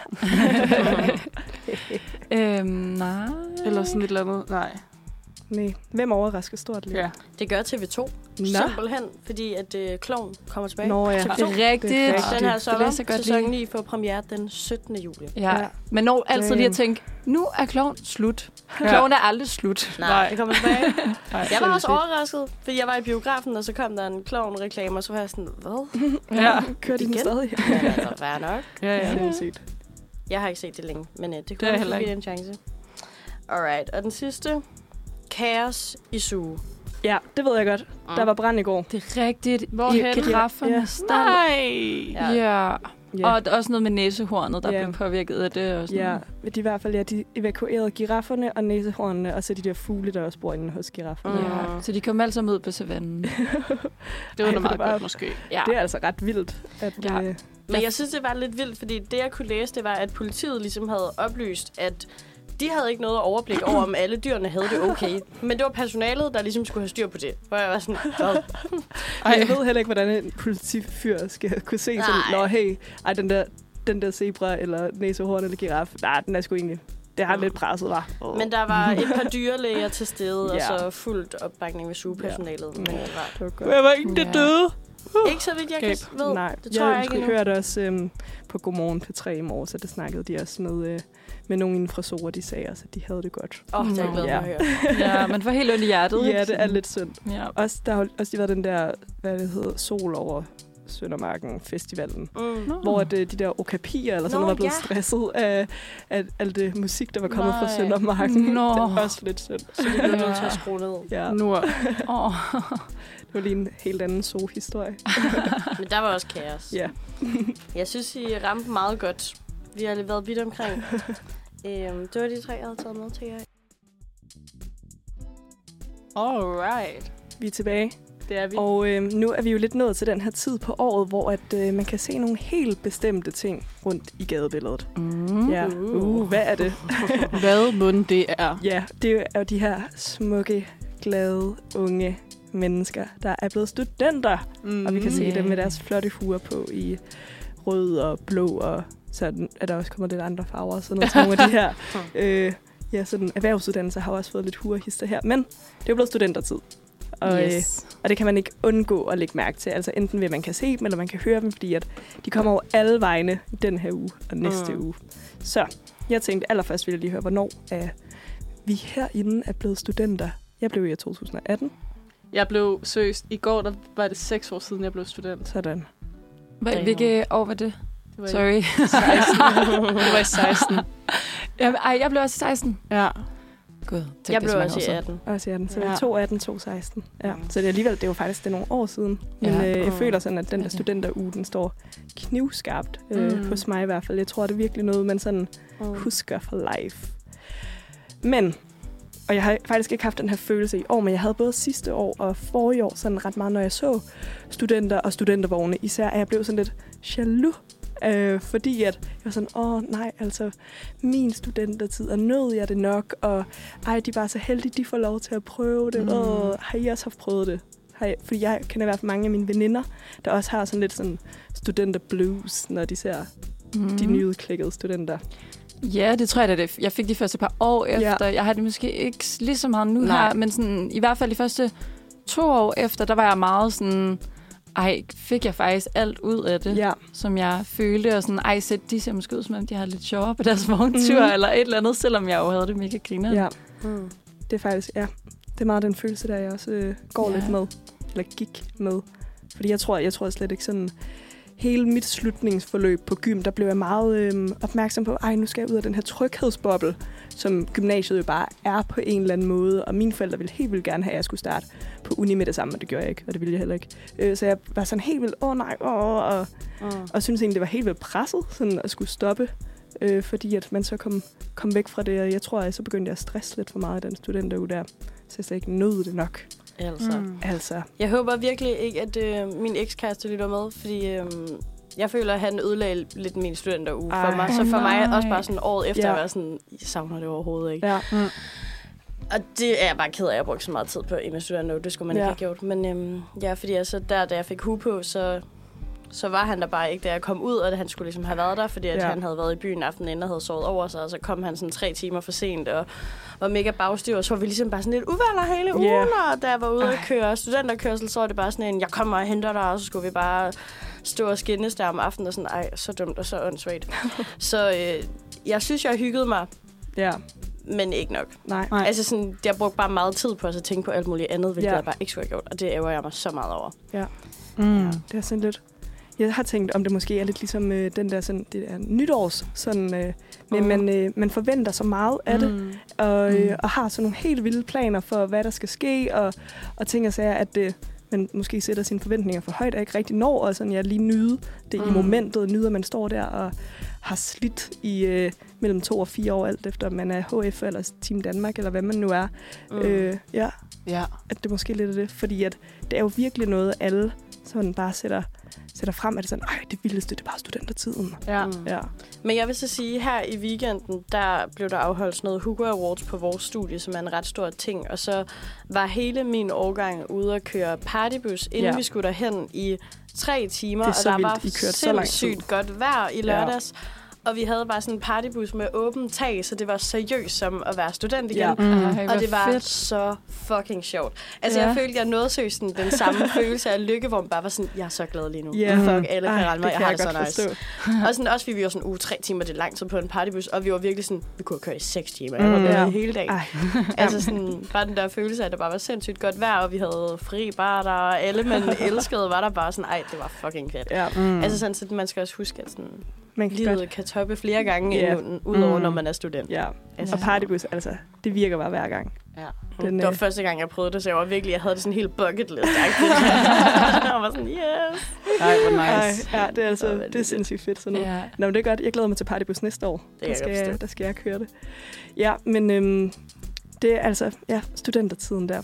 Nej. Eller sådan et eller andet. Nej. Hvem overrasker stort lige? Ja. Det gør TV2. Simpelthen, fordi at Klovn kommer tilbage. Nå ja. Det er rigtigt. Den her sommer, sæson 9 får premiere den 17. juli. Ja. Men når altid lige at tænke, nu er Klovn slut. Klovn er aldrig slut. Nej, det kommer tilbage. Jeg var også overrasket, fordi jeg var i biografen, og så kom der en Klovn-reklame, og så var jeg sådan, hvad? Kører de den stadig? Ja, altså, fair nok. Ja. Jeg har ikke set det længe, men det kunne også give en chance. Alright, og den sidste... Kaos i Zoo. Ja, det ved jeg godt. Der var brand i går. Det er rigtigt. Hvorhen? Girafferne Nej! Ja. Og også noget med næsehornet, der blev påvirket af det. Og sådan. Ja, de i hvert fald de evakuerede girafferne og næsehornene, og så de der fugle, der også bor inde hos girafferne. Ja. Så de kom alle sammen ud på savannen. Det var meget godt, måske. Ja. Det er altså ret vildt. Men jeg synes, det var lidt vildt, fordi det, jeg kunne læse, det var, at politiet ligesom havde oplyst, at de havde ikke noget overblik over, om alle dyrene havde det okay. Men det var personalet, der ligesom skulle have styr på det. Hvor jeg var sådan, jeg ved heller ikke, hvordan en politifyr skal kunne se sådan, den der zebra, eller næsehorn, eller giraf, den er sgu egentlig... Det har lidt presset, var. Men der var et par dyrlæger til stede, og så fuldt opbakning ved sugepersonalet. Men det var... Jeg var ikke det døde. Ikke så vidt, jeg kan ved. Nej, det tror jeg ikke endnu. Jeg hørte også på Godmorgen P3 i morgen, så det snakkede de også med nogle inden fra Sora, de sagde også, at de havde det godt. Det er jeg glad for at høre. Ja, man får helt ondt i hjertet. Ja, det er lidt synd. Ja. Der har også været den der, hvad det hedder, Sol over Søndermarken Festivalen, hvor de der okapier eller sådan noget var blevet stresset af alt det musik, der var kommet fra Søndermarken. Det er også lidt synd. Så det blev nødt til at skrue ned. Ja. Det var lige en helt anden zoo-historie. Men der var også kaos. Ja. Jeg synes, I ramte meget godt. Vi har lige været vidt omkring. Det var de 3, jeg havde taget med til jer. Alright. Vi er tilbage. Det er vi. Og nu er vi jo lidt nået til den her tid på året, hvor at man kan se nogle helt bestemte ting rundt i gadebilledet. Ja. Hvad er det? Hvad mund det er? Ja, det er jo de her smukke, glade, unge mennesker, der er blevet studenter. Og vi kan se dem med deres flotte huer på i rød og blå, og så er der også kommer lidt andre farver. Sådan noget, nogle af de her sådan erhvervsuddannelser har også fået lidt huerhister her. Men det er jo blevet studentertid. Og det kan man ikke undgå at lægge mærke til. Altså enten ved, at man kan se dem, eller man kan høre dem, fordi at de kommer over alle vegne den her uge og næste uge. Så jeg tænkte allerførst, ville jeg lige høre, hvornår vi herinde er blevet studenter. Jeg blev i 2018. Jeg blev seriøst. I går der var det 6 år siden, jeg blev student. Sådan. Hvilke år var det? Sorry. 16. Det var i 16. Jeg blev også 16. Ja. God, jeg blev også i 18. Også i 18. Så jeg 2 16. Ja. Så det er alligevel, det er jo faktisk nogle år siden. Men jeg føler sådan, at den der studenteruge, den står knivskarpt hos mig i hvert fald. Jeg tror, det er virkelig noget, man sådan husker for life. Men, og jeg har faktisk ikke haft den her følelse i år, men jeg havde både sidste år og forrige år sådan ret meget, når jeg så studenter og studentervogne. Især at jeg blev sådan lidt jaloux. Fordi at jeg var sådan, nej, altså min studentertid, og nød jeg det nok, og de er bare så heldige, de får lov til at prøve det. Har I også haft prøvet det? Fordi jeg kender i hvert fald mange af mine veninder, der også har sådan lidt sådan studenter-blues, når de ser de nyudklikkede studenter. Ja, det tror jeg, det jeg fik de første par år efter. Jeg har det måske ikke lige så meget nu her, men sådan, i hvert fald de første 2 år efter, der var jeg meget sådan... fik jeg faktisk alt ud af det, som jeg følte, og sådan, de ser måske ud, som om de har lidt sjovere på deres vogntur, eller et eller andet, selvom jeg jo havde det mega griner. Ja, det er faktisk, det er meget den følelse, der jeg også går lidt med, eller gik med. Fordi jeg tror slet ikke sådan, hele mit slutningsforløb på gym, der blev jeg meget opmærksom på, nu skal jeg ud af den her tryghedsboble, som gymnasiet jo bare er på en eller anden måde. Og mine forældre ville helt vildt gerne have, at jeg skulle starte på uni med det samme, og det gjorde jeg ikke, og det ville jeg heller ikke. Så jeg var sådan helt vildt, og synes egentlig, det var helt vildt presset sådan at skulle stoppe, fordi at man så kom væk fra det, og jeg tror, at så begyndte jeg at stresse lidt for meget i den studenteruge der, så jeg slet ikke nød det nok. Altså. Jeg håber virkelig ikke, at min ekskæreste lytter med, fordi jeg føler, at han ødelagde lidt min studenteruge for mig. Så for mig også bare sådan året efter, jeg var sådan, jeg savner det overhovedet ikke. Ja. Og det er jeg bare ked af, at jeg brugte så meget tid på i min studenteruge. Det skulle man ikke have gjort. Men fordi altså, da jeg fik hue på, så var han der bare ikke, da jeg kom ud, og han skulle ligesom have været der, fordi at han havde været i byen aftenen inden og havde sovet over sig, og så kom han sådan 3 timer for sent, og var mega bagstyr, og så var vi ligesom bare sådan lidt uvenner hele ugen, og da jeg var ude og køre studenterkørsel, så var det bare sådan en, jeg kommer og henter dig, og så skulle vi bare stå og skændes der om aftenen, og sådan, så dumt og så åndssvagt. Så jeg synes, jeg hyggede mig. Ja. Men ikke nok. Nej. Altså sådan, jeg brugte bare meget tid på at tænke på alt muligt andet, hvilket jeg bare ikke skulle have gjort, og det ærger jeg mig så meget over. Ja. Det er sådan lidt... Jeg har tænkt, om det måske er lidt ligesom den der, sådan, det der nytårs, sådan, man forventer så meget af det, og har sådan nogle helt vilde planer for, hvad der skal ske, og tænker sig, at man måske sætter sine forventninger for højt, og ikke rigtig når, og sådan, lige nyde det i momentet, nyder, at man står der og har slidt i mellem 2 og 4 år, alt efter om man er HF eller Team Danmark, eller hvad man nu er. At det måske lidt er det, fordi at det er jo virkelig noget, alle sådan bare sætter frem, at det sådan, det vildeste, det er bare studentertiden. Ja. Men jeg vil så sige, her i weekenden, der blev der afholdt noget Hugo Awards på vores studie, som er en ret stor ting, og så var hele min årgang ude at køre partybus, inden vi skulle derhen i 3 timer, og der var sindssygt godt vejr i lørdags. Og vi havde bare sådan en partybus med åben tag, så det var seriøst som at være student igen. Og det var så fucking sjovt. Altså jeg følte, jeg nåede seriøst den samme følelse af lykke, hvor man bare var sådan, jeg er så glad lige nu. Fuck, alle kan rende mig, jeg har det så nice. Og sådan også, vi var sådan, 3 timer, det er lang tid på en partybus, og vi var virkelig sådan, vi kunne køre i 6 timer. Jeg var med hele dagen. Altså sådan, bare den der følelse af, at der bare var sindssygt godt vejr, og vi havde fri bar der, og alle man elskede, var der bare sådan, det var fucking fedt. Altså sådan, så man skal også huske, at sådan... Livet kan toppe flere gange, udover når man er student. Ja. Altså. Og partybus, altså, det virker bare hver gang. Ja. Det var første gang, jeg prøvede det, så jeg var virkelig, jeg havde det sådan helt bucket list. Jeg var sådan, yes! Ej, hvor nice. Ja, det er altså, det er sindssygt fedt sådan noget. Ja. Nå, men det er godt. Jeg glæder mig til partybus næste år. Der skal jeg køre det. Ja, men det er altså, studentertiden der.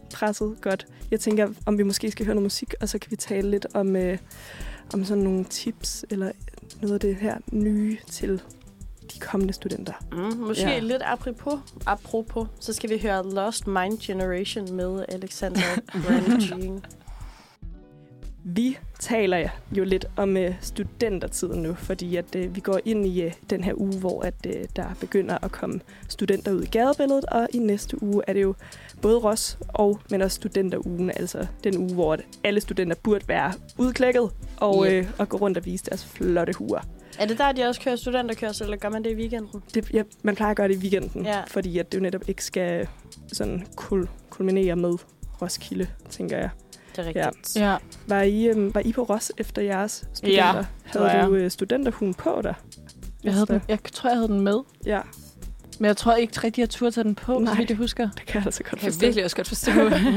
presset godt. Jeg tænker, om vi måske skal høre noget musik, og så kan vi tale lidt om sådan nogle tips, eller noget af det her nye til de kommende studenter. Måske lidt apropos, så skal vi høre Lost Mind Generation med Alexander Brandjing. Vi taler jo lidt om studentertiden nu, fordi at vi går ind i den her uge, hvor at der begynder at komme studenter ud i gadebilledet, og i næste uge er det jo både Ros men også studenterugen, altså den uge, hvor alle studenter burde være udklækket og gå rundt og vise deres flotte huer. Er det der, de også kører studenterkørsel, eller gør man det i weekenden? Man plejer at gøre det i weekenden, fordi at det jo netop ikke skal sådan kulminere med Roskilde, tænker jeg. Det er rigtigt. Ja. Var I på Ros efter jeres studenter? Ja, havde du studenterhuen på der? Jeg tror, jeg havde den med. Ja. Men jeg tror ikke rigtig, jeg turde tage den på, så vidt jeg husker. Det kan jeg altså godt forstå. Jeg kan virkelig også godt forstå.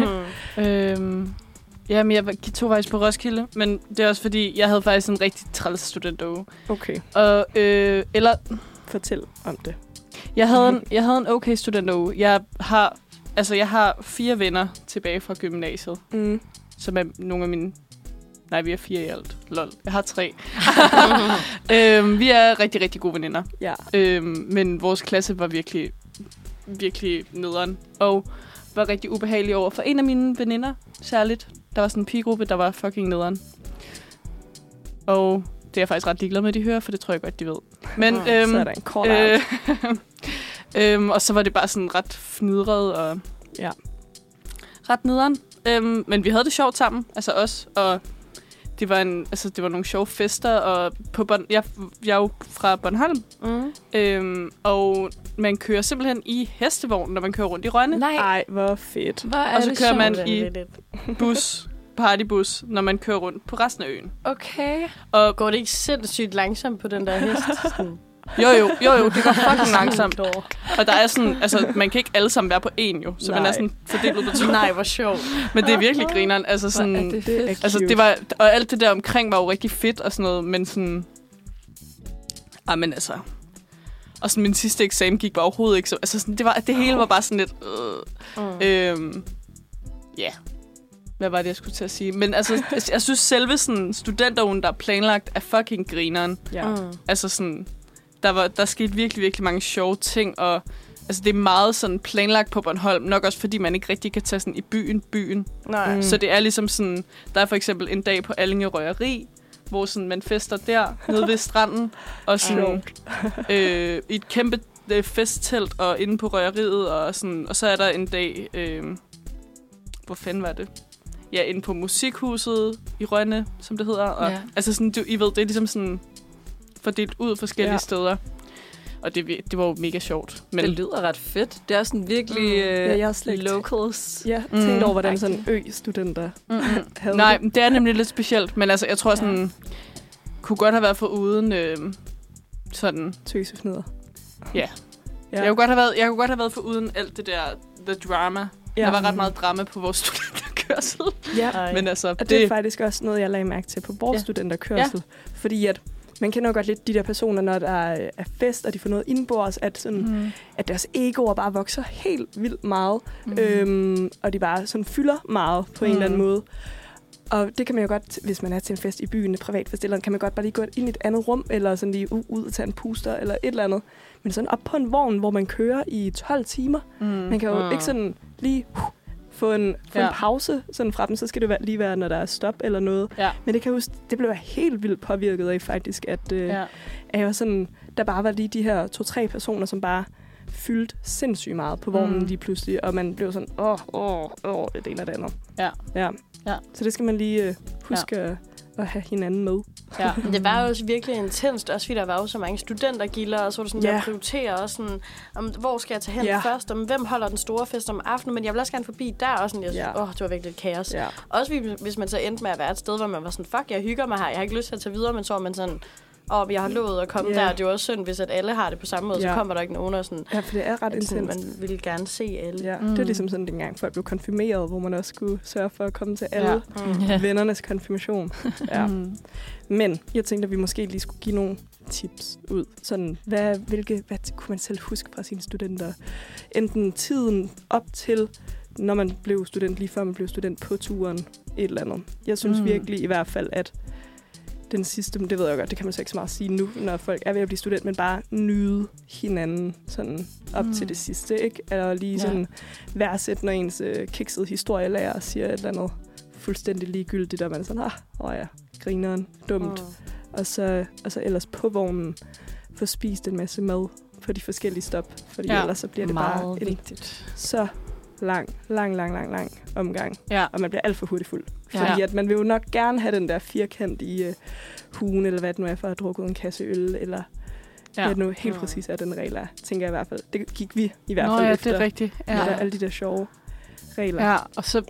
Men jeg tog faktisk på Roskilde, men det er også fordi, jeg havde faktisk en rigtig træls studenteruge. Okay. Og, fortæl om det. Jeg havde en okay studenteruge. Jeg har 4 venner tilbage fra gymnasiet, som er nogle af mine... Nej, vi er 4 i alt. Lol. Jeg har 3. Vi er rigtig, rigtig gode veninder. Ja. Men vores klasse var virkelig, virkelig nederen. Og var rigtig ubehagelig over for en af mine veninder, særligt. Der var sådan en pigegruppe, der var fucking nederen. Og det er jeg faktisk ret ligeglad med, de hører, for det tror jeg godt, de ved. Men, så er der en kort og så var det bare sådan ret fnidret og ret nederen. Men vi havde det sjovt sammen, altså os, og det var nogle sjove fester, og jeg er jo fra Bornholm, og man kører simpelthen i hestevogn, når man kører rundt i Rønne. Nej, hvor fedt. Og så kører man i partybus, når man kører rundt på resten af øen. Okay. Og går det ikke sindssygt langsomt på den der hest? Jo, det går fucking langsomt. Og der er sådan, altså, man kan ikke alle sammen være på én jo, så man er sådan fordelt på 2. Nej, hvor sjovt. Men det er virkelig grineren, altså sådan, det var, og alt det der omkring var jo rigtig fedt og sådan noget, men sådan, men altså, og sådan min sidste eksamen gik bare overhovedet ikke så, altså sådan, det hele var bare sådan lidt, hvad var det, jeg skulle til at sige? Men altså, jeg synes selve sådan studenterugen, der er planlagt, er fucking grineren. Ja. Altså sådan, der skete virkelig, virkelig mange sjove ting, og altså, det er meget sådan planlagt på Bornholm, nok også fordi man ikke rigtig kan tage sådan i byen. Nej. Så det er ligesom sådan, der er for eksempel en dag på Allinge Røgeri, hvor sådan, man fester der, nede ved stranden, og sådan, i et kæmpe festtelt, og inde på røgeriet, og så er der en dag, hvor fanden var det? Ja, inde på Musikhuset i Rønne, som det hedder. Og, altså sådan, I ved, det er ligesom sådan fordelt ud forskellige steder. Og det var jo mega sjovt. Men det lyder ret fedt. Det er sådan virkelig locals. Ja, tænkt over, hvordan sådan studenter havde Nej, det er nemlig lidt specielt. Men altså, jeg tror sådan, kunne godt have været for uden sådan... Tøsefnider. Ja. Jeg kunne godt have været for uden alt det der, the drama. Der var ret meget drama på vores studenterkørsel. Ja, men altså, og det er faktisk også noget, jeg lagde mærke til på vores studenterkørsel. Fordi at man kender godt lidt de der personer, når der er fest, og de får noget indbords, at, sådan, at deres egoer bare vokser helt vildt meget. Og de bare sådan fylder meget på en eller anden måde. Og det kan man jo godt, hvis man er til en fest i byen, en privat fest, eller kan man godt bare lige gå ind i et andet rum, eller sådan lige ud og tage en puster, eller et eller andet. Men sådan op på en vogn, hvor man kører i 12 timer. Man kan jo ikke sådan lige få en pause sådan fra dem, så skal det lige være, når der er stop eller noget. Ja. Men det kan huske, det blev jeg helt vildt påvirket af faktisk, at jeg var sådan, der bare var lige de her 2-3 personer, som bare fyldte sindssygt meget på vognen lige pludselig, og man blev sådan, det ene og det andet. Ja. Så det skal man lige huske at have hinanden med. Ja. Det var jo også virkelig intenst, også fordi der var jo så mange studentergilder, og så var det sådan, jeg prioriterer også sådan, hvor skal jeg tage hen først, om hvem holder den store fest om aftenen, men jeg vil også gerne forbi der, og sådan, det var virkelig et kaos. Ja. Også hvis man så endte med at være et sted, hvor man var sådan, fuck, jeg hygger mig her, jeg har ikke lyst til at tage videre, men så var man sådan, jeg har lovet at komme der. Det er jo også synd, hvis at alle har det på samme måde, så kommer der ikke nogen og sådan. Ja, for det er ret intenst. Man vil gerne se alle. Ja, det er ligesom sådan dengang folk blev konfirmeret, hvor man også skulle sørge for at komme til alle vennernes konfirmation. Men jeg tænkte, at vi måske lige skulle give nogle tips ud. Sådan, hvad kunne man selv huske fra sine studenter? Enten tiden op til når man blev student, lige før man blev student på turen, et eller andet. Jeg synes virkelig i hvert fald, at den sidste, det ved jeg godt, det kan man så ikke så meget sige nu, når folk er ved at blive student, men bare nyde hinanden sådan op til det sidste, ikke? Eller lige sådan værdsætte, når ens kiksede historielærer siger et eller andet fuldstændig ligegyldigt, der man er sådan, grineren, dumt. Og så ellers på vognen få spist en masse mad på de forskellige stop, fordi ellers så bliver det bare vigtigt. Så lang omgang, og man bliver alt for hurtigt fuld. Fordi at man vil jo nok gerne have den der firkant i hugen, eller hvad det nu er, for at have drukket en kasse øl, eller hvad nu helt præcis er den regel er, tænker jeg i hvert fald. Det gik vi i hvert fald efter. Det er rigtigt. Alle de der sjove regler. Ja, og så,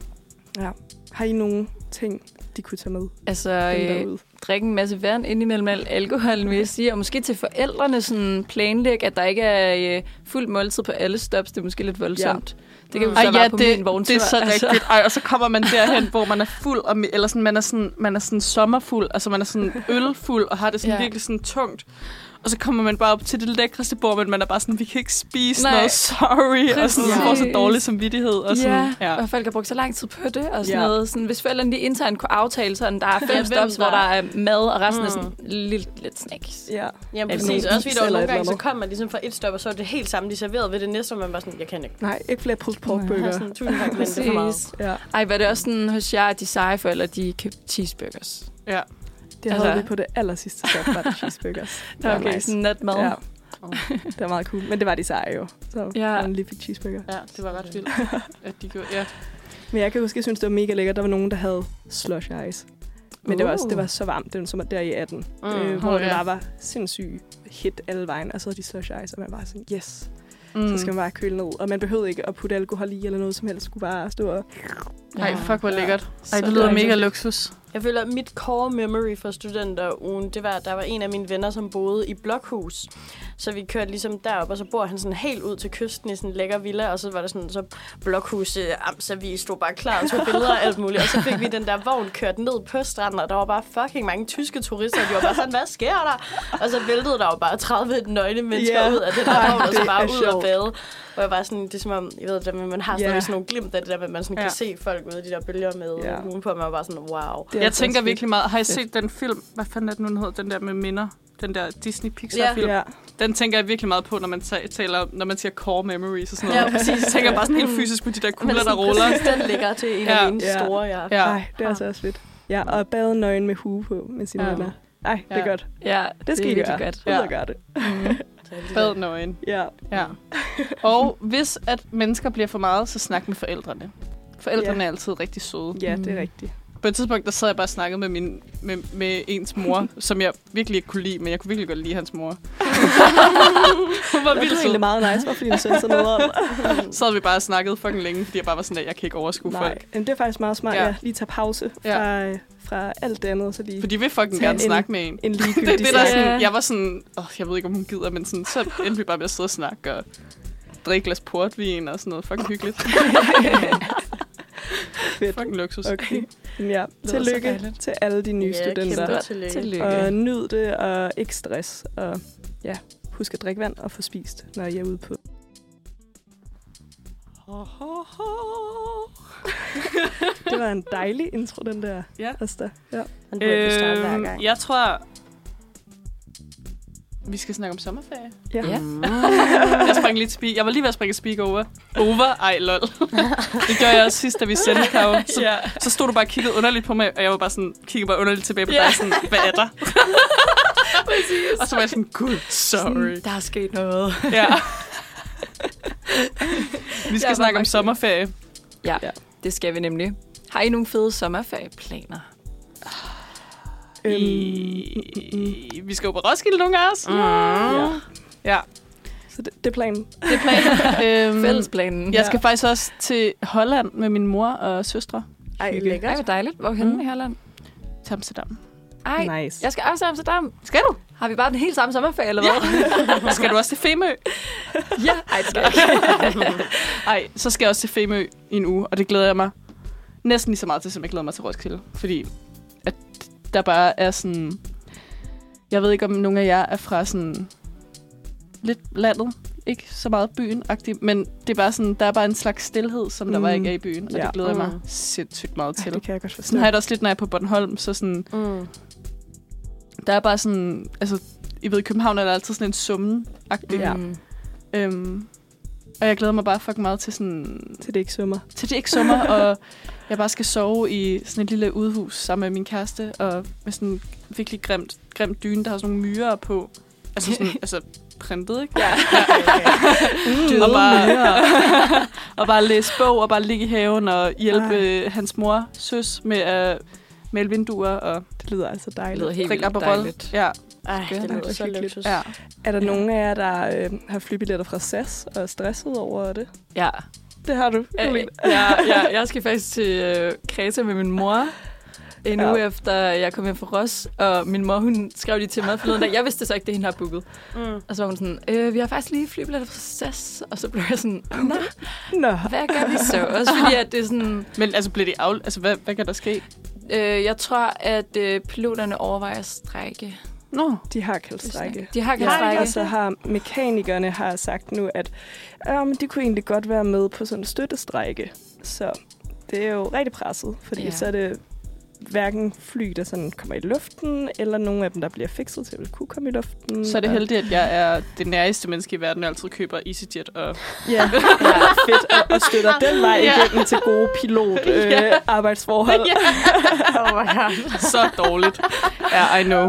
Har I nogle ting, de kunne tage med? Altså, drikke en masse vand indimellem al alkoholen, vil jeg sige. Og måske til forældrene sådan planlægge, at der ikke er fuld måltid på alle stops. Det er måske lidt voldsomt. Det kan jo så være på min vogntur. Det er så rigtigt. Og så kommer man derhen, hvor man er fuld, eller sådan, man er sådan sommerfuld, altså man er sådan ølfuld, og har det sådan virkelig sådan tungt. Og så kommer man bare op til det lækreste bord, men man er bare sådan, vi kan ikke spise noget, sorry. Og sådan, får så dårlig samvittighed. Og sådan, og folk har brugt så lang tid på det. Og sådan noget. Sådan, hvis forældrene lige internt kunne aftale sådan, der er 5 stops, hvor der er mad, og resten er sådan lidt snacks. Ja, præcis. Også fordi nogle gange, så kommer man ligesom fra et stop, og så er det helt samme, de serverede ved det næste, og man bare sådan, jeg kan ikke. Nej, ikke flere pulled pork burger. Tusind tak, men det er for meget. Ej, var det også sådan hos jer, at de seje forældre, de købte cheeseburgers? Ja. Det havde vi på det allersidste stop, var det cheeseburgers. Okay, sådan natmad. Ja. Det var meget cool. Men det var de seje jo. Så man lige fik cheeseburger. Ja, det var ret vildt, at de gjorde. Ja. Men jeg kan huske, jeg synes, det var mega lækkert. Der var nogen, der havde slush ice. Men det var så varmt, det var som der i 18. Hvor det bare var sindssygt hit alle vejen. Og så havde de slush ice, og man var sådan, yes. Så skal man bare køle ned. Og man behøvede ikke at putte alkohol i eller noget som helst. Skulle bare stå og... Ej, fuck, hvor lækkert. Ej, det lyder mega luksus. Jeg føler, at mit core memory for studenterugen, det var, der var en af mine venner, som boede i blokhus. Så vi kørte ligesom derop, og så bor han sådan helt ud til kysten i sådan en lækker villa, og så var der sådan så blokhus, Amtsavis stod bare klar og tog billeder og alt muligt. Og så fik vi den der vogn kørt ned på stranden, og der var bare fucking mange tyske turister, og de var bare sådan, hvad sker der? Og så væltede der jo bare 30 nøgne mennesker ud af den der vogn, og så bare ud og bade. Og jeg var sådan, det er som om, jeg ved det, man har stadig sådan nogle glimt af det der, at man sådan kan se folk med de der bølger med hugen på, og man var bare sådan, wow. Jeg tænker virkelig meget, har I set den film, hvad fanden er det nu, den hedder, den der med minder? Den der Disney-Pixar-film. Yeah. Den tænker jeg virkelig meget på, når man taler, når man siger core memories og sådan noget. Ja, præcis. Så tænker jeg bare sådan helt fysisk på de der kugler, der ruller. Præcis, den ligger til en af mine store, Ej, det er altså også fedt. Ja, og bade nøgen med hue på med sine venner. Ej, det er godt. Ja, det skal I gøre. Godt. Ja. Gør det. Bad nøgen. Ja. Og hvis at mennesker bliver for meget, så snak med forældrene. Forældrene er altid rigtig søde. Ja, det er rigtigt. På et tidspunkt, der sad jeg bare og snakkede med ens mor, som jeg virkelig ikke kunne lide, men jeg kunne virkelig godt lide hans mor. Hun var vildt sød. Det meget nice, fordi din søn så noget. Så havde vi bare snakket fucking længe, fordi jeg bare var sådan, at jeg kan ikke overskue folk. Men det er faktisk meget smart, lige tage pause fra alt det andet. Så lige for de vil fucking gerne snakke med en. Det der sådan, jeg var sådan, jeg ved ikke, om hun gider, men sådan, så endte vi bare med at sidde og snakke og drikke glas portvin og sådan noget. Fucking hyggeligt. Fedt. Fucking luksus. Okay. Ja, tillykke til alle de nye studenter. Tillykke. Og nyd det, og ikke stress. Og husk at drikke vand og få spist, når I er ude på. Det var en dejlig intro, den der. Ja. Asta. Ja. Jeg tror, vi skal snakke om sommerferie. Ja. Jeg sprang lidt speak. Jeg var lige ved at springe speak over. Ej, lol. Det gjorde jeg også sidst, da vi sendte, Karo. Så stod du bare og kiggede underligt på mig, og jeg var bare sådan, kiggede bare underligt tilbage på dig, sådan, hvad er der? Og så var jeg sådan, gud, sorry. Der er sket noget. Ja. Vi skal snakke om sommerferie. Ja, det skal vi nemlig. Har I nogle fede sommerferieplaner? Vi skal jo på Roskilde, nogle af os. Ja. Så det er planen. Det er planen. Fællesplanen. Jeg skal faktisk også til Holland med min mor og søstre. Ej, lækkert. Ej, hvor dejligt. Hvorhenne i Holland? Til Amsterdam. Ej, nice. Jeg skal også til Amsterdam. Skal du? Har vi bare den helt samme sommerferie, eller hvad? Skal du også til Femø? Ja. Ej, det skal jeg ikke. Ej, så skal jeg også til Femø i en uge, og det glæder jeg mig næsten lige så meget til, som jeg glæder mig til Roskilde. Fordi at der bare er sådan... Jeg ved ikke, om nogen af jer er fra sådan lidt landet ikke så meget byen-agtigt, men det er bare sådan, der er bare en slags stilhed, som der var ikke er i byen, og det glæder jeg mig sindssygt meget til. Det kan jeg godt forstå. Sådan har jeg det også lidt, når jeg er på Bornholm, så sådan, der er bare sådan, altså, I ved, i København er der altid sådan en summen-agtig. Ja. Og jeg glæder mig bare fucking meget til sådan... Til det ikke summer. Til det ikke summer, og jeg bare skal sove i sådan et lille udhus sammen med min kæreste, og med sådan en virkelig grimt dyne, der har sådan nogle myrer på. Altså sådan, altså printet, ikke? Ja. Og bare læse bog, og bare ligge i haven, og hjælpe hans mor, søs, med at male vinduer, og... Det lyder altså dejligt. Det lyder helt vildt dejligt. Ja. Det lyder så luksus. Ja. Er der nogen af jer, der har flybilletter fra SAS og er stresset over det? Ja. Det har du. Jeg skal faktisk til Kreta med min mor en uge efter jeg kom hjem fra Ros, og min mor, hun skrev lige til mig forleden dag. Jeg vidste så ikke, det hende har booket. Og så var hun sådan, vi har faktisk lige flybilletter fra SAS. Og så blev jeg sådan, nå, hvad gør vi så? Også fordi, at det er sådan... Men altså, bliver det altså, hvad kan der ske? Jeg tror, at piloterne overvejer at strække. De har kaldt strække. De har kaldt strække. Og så har mekanikerne sagt nu, at de kunne egentlig godt være med på sådan en støttestrække. Så det er jo rigtig presset, fordi så er det hverken fly, der sådan kommer i luften, eller nogen af dem, der bliver fikset til at kunne komme i luften. Så er det heldigt, at jeg er det nærmeste menneske i verden, jeg altid køber EasyJet. Og ja, fedt. Og støtter den vej igennem til gode pilot-arbejdsforhold. Oh my god. Så dårligt. Ja, I know.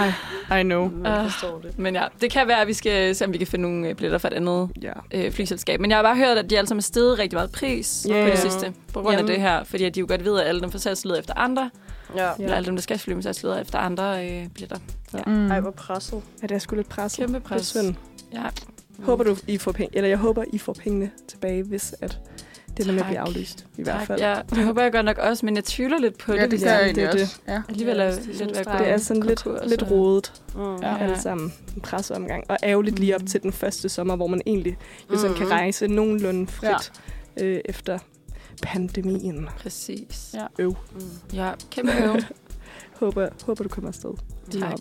I know. Men ja, det kan være, at vi skal se, om vi kan finde nogle billetter fra et andet flyselskab. Men jeg har bare hørt, at de alle sammen er steget rigtig meget pris på det sidste, på grund af det her. Fordi at de jo godt ved, at alle dem fra SAS leder efter andre. Eller alle dem, der skal flyve med SAS leder efter andre billetter. Ej, hvor presset. Ja, det er sgu lidt presset. Kæmpe pres. Det er synd. Ja. Håber I får penge, eller jeg håber, I får pengene tilbage, hvis at det er med at blive aflyst, i hvert fald. Ja, det håber jeg godt nok også, men jeg tvivler lidt på det. Det gør jeg egentlig også. Ja. Alligevel er det er sådan lidt rodet, alle sammen. En presseomgang. Og ærgerligt lige op til den første sommer, hvor man egentlig sådan kan rejse nogenlunde frit efter pandemien. Præcis. Ja. Ja, kæmpe øv. Håber, du kommer afsted. Tak.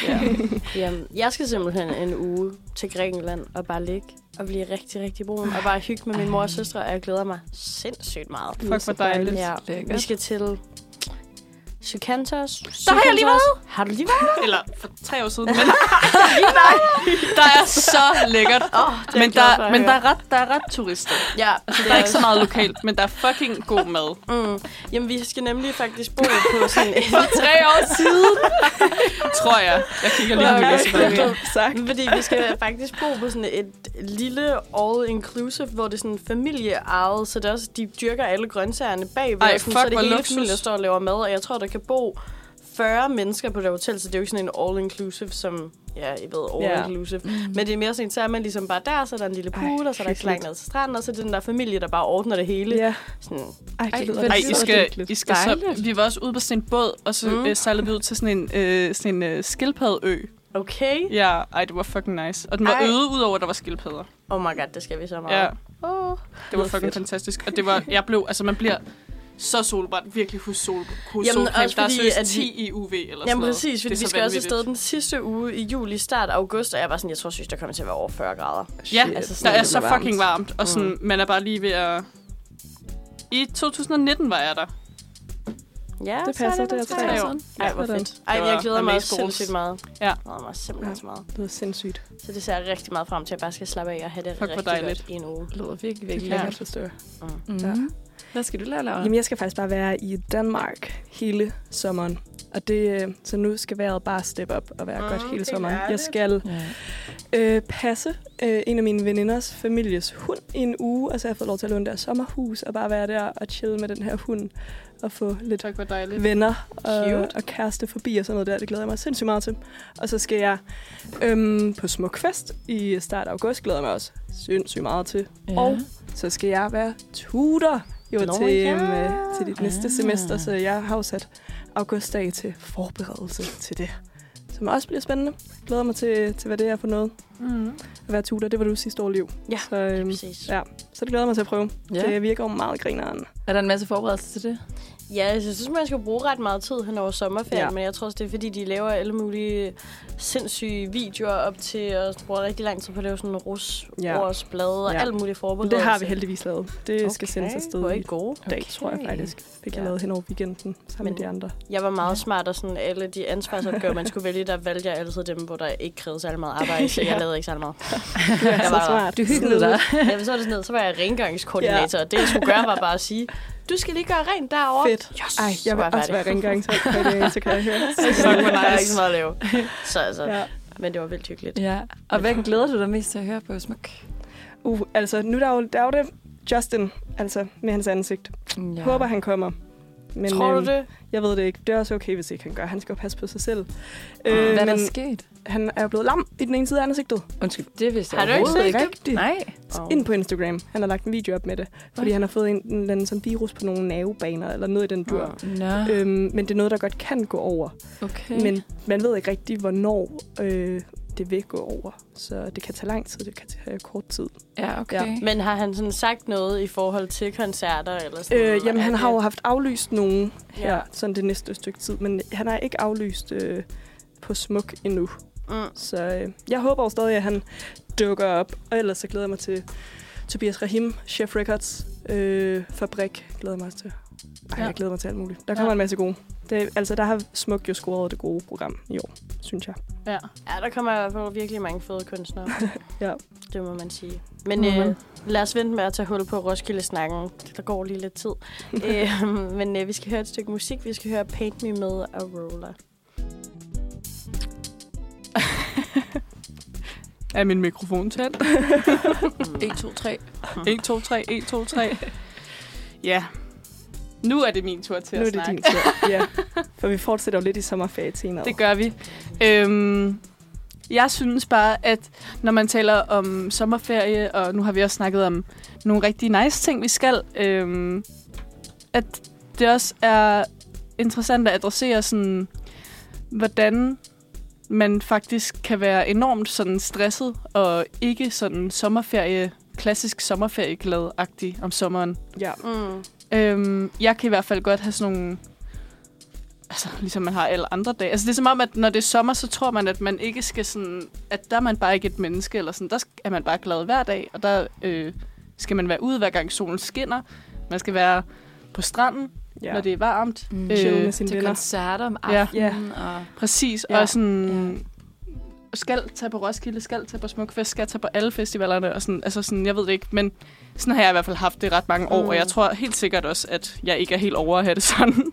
Jamen, jeg skal simpelthen en uge til Grækenland og bare ligge og blive rigtig, rigtig brun. Og bare hygge med min mor og søstre, og jeg glæder mig sindssygt meget. Fuck, hvor dejligt. Ja, vi skal til Zakynthos. Der har jeg lige været. Har du lige været? Eller for 3 år siden. Men nej, der er så lækkert. Men der er ret turister. Ja, altså, der er ikke så meget lokalt, men der er fucking god mad. Jamen, vi skal nemlig faktisk bo på sådan et... For 3 år siden. Tror jeg. Jeg kigger lige på Fordi vi skal faktisk bo på sådan et lille all-inclusive, hvor det er sådan familieejet, så det er også, de dyrker alle grøntsagerne bagved. Så det er hele familien, der står og laver mad, og jeg tror, der kan bo 40 mennesker på det hotel, så det er jo ikke sådan en all-inclusive, som, ja, I ved, all-inclusive. Men det er mere sådan, så er man ligesom bare der, så er der en lille pool, og så er der ikke så langt ned til stranden, og så er det den der familie, der bare ordner det hele. Ja. Sådan, I skal så, vi var også ude på sådan en båd, og så sejlede vi ud til sådan en skildpaddeø. Okay. Ja, det var fucking nice. Og den var øde ud over, at der var skildpadder. Oh my god, det skal vi så meget. Ja. Det var fucking fantastisk. Og det var, man bliver så solbrændt, virkelig hos solcreme. Der er seriøst 10 i UV eller sådan noget. Jamen præcis, fordi vi skal også afsted den sidste uge i juli, start august, og jeg var sådan, jeg tror synes, der kommer til at være over 40 grader. Ja, altså, der er så fucking varmt, og sådan, man er bare lige ved at... I 2019 var jeg der. Ja, det passer, det er 3 år. Ej, hvor fedt. Ej, jeg glæder mig sindssygt meget. Ja. Jeg glæder mig simpelthen så meget. Det er sindssygt. Så det ser jeg rigtig meget frem til, at jeg bare skal slappe af og have det rigtig godt i en uge. Det lyder virkelig lækkert, forstår jeg. Ja. Hvad skal du lave, Laura? Jamen, jeg skal faktisk bare være i Danmark hele sommeren. Og det, så nu skal vejret bare steppe op og være godt hele sommeren. Jeg skal passe en af mine veninders families hund i en uge, og så har jeg fået lov til at låne deres sommerhus og bare være der og chille med den her hund og få lidt venner og kæreste forbi og sådan noget der. Det glæder jeg mig sindssygt meget til. Og så skal jeg på Smukfest i start af august, glæder jeg mig også sindssygt meget til. Ja. Og så skal jeg være tutor til dit næste semester, så jeg har jo sat augustdag til forberedelse til det, som også bliver spændende. glæder mig til hvad det er for noget. At være tutor, det var du sidste år, Liv. Ja, så, præcis. Ja, så det glæder mig til at prøve. Ja. Det virker jo meget grineren. Er der en masse forberedelse til det? Ja, jeg synes, man skal bruge ret meget tid hen over sommerferien, men jeg tror også, det er fordi, de laver alle mulige sindssyge videoer op til, og bruger rigtig lang tid på at lave sådan rusårsblad og alt muligt forberedelse. Det har vi heldigvis lavet. Det skal sendes afsted i god dag, tror jeg faktisk. Fik jeg lavet hen over weekenden sammen med de andre. Jeg var meget smart, og sådan alle de ansvarsopgaver, man skulle vælge, der valgte jeg altid dem, hvor der ikke krævede særlig meget arbejde, så jeg lavede ikke særlig meget. Jeg var smart. Du hyggede dig. Ja, så var jeg rengøringskoordinator, og det jeg skulle gøre var bare at sige, du skal lige gøre rent derovre. Fedt. Yes, ej, jeg vil også være rengøringskoordinator, så kan jeg høre. Så var ikke så meget at lave. Så altså, men det var vildt hyggeligt. Ja. Og hvad glæder du dig mest til at høre på Smuk? Altså, nu der er jo det Justin, altså med hans ansigt. Ja. Håber, han kommer. Men, tror du det? Jeg ved det ikke. Det er også okay, hvis ikke han gør. Han skal jo passe på sig selv. Hvad er der sket? Han er jo blevet lam i den ene side af ansigtet. Undskyld, det vidste jeg overhovedet ikke. Rigtigt. Nej. Ind på Instagram. Han har lagt en video op med det. Fordi han har fået en eller anden sådan virus på nogle nervebaner, eller noget i den dur. Men det er noget, der godt kan gå over. Okay. Men man ved ikke rigtig, hvornår det vil gå over. Så det kan tage lang tid, det kan tage kort tid. Ja, okay. Ja. Men har han sådan sagt noget i forhold til koncerter? Eller sådan jamen, han har jo haft aflyst nogen her, sådan det næste stykke tid. Men han har ikke aflyst på Smuk endnu. Så jeg håber jo stadig, at han dukker op. Og ellers så glæder jeg mig til Tobias Rahim, Chef Records, Fabrik, glæder mig til. Jeg glæder mig til alt muligt. Der kommer en masse gode. Der har Smuk jo scoret det gode program i år, synes jeg. Ja, der kommer i hvert fald virkelig mange fede kunstnere. Ja. Det må man sige. Men lad os vente med at tage hul på Roskilde-snakken. Der går lige lidt tid. Men vi skal høre et stykke musik. Vi skal høre Paint Me med Aurora. Er min mikrofon tændt? 1, 2, 3. 1, 2, 3, 1, 2, 3. Ja. Nu er det min tur til at snakke. Nu er det din tur, ja. For vi fortsætter jo lidt i sommerferie-temaet. Det gør vi. Jeg synes bare, at når man taler om sommerferie, og nu har vi også snakket om nogle rigtig nice ting, vi skal, at det også er interessant at adressere sådan, hvordan man faktisk kan være enormt sådan stresset og ikke sådan klassisk sommerferieglad-agtig om sommeren. Ja. Jeg kan i hvert fald godt have sådan nogle, altså ligesom man har alle andre dage. Altså det er som om, at når det er sommer, så tror man, at man ikke skal sådan, at der er man bare ikke et menneske, eller sådan, der er man bare glad hver dag, og der skal man være ude hver gang solen skinner. Man skal være på stranden, når det er varmt. Med sine til venner. Koncerter om aftenen. Og præcis, og sådan skal tage på Roskilde, skal tage på Smukfest, skal tage på alle festivalerne, og sådan, altså sådan, jeg ved det ikke, men sådan har jeg i hvert fald haft det ret mange år, og jeg tror helt sikkert også, at jeg ikke er helt over at have det sådan.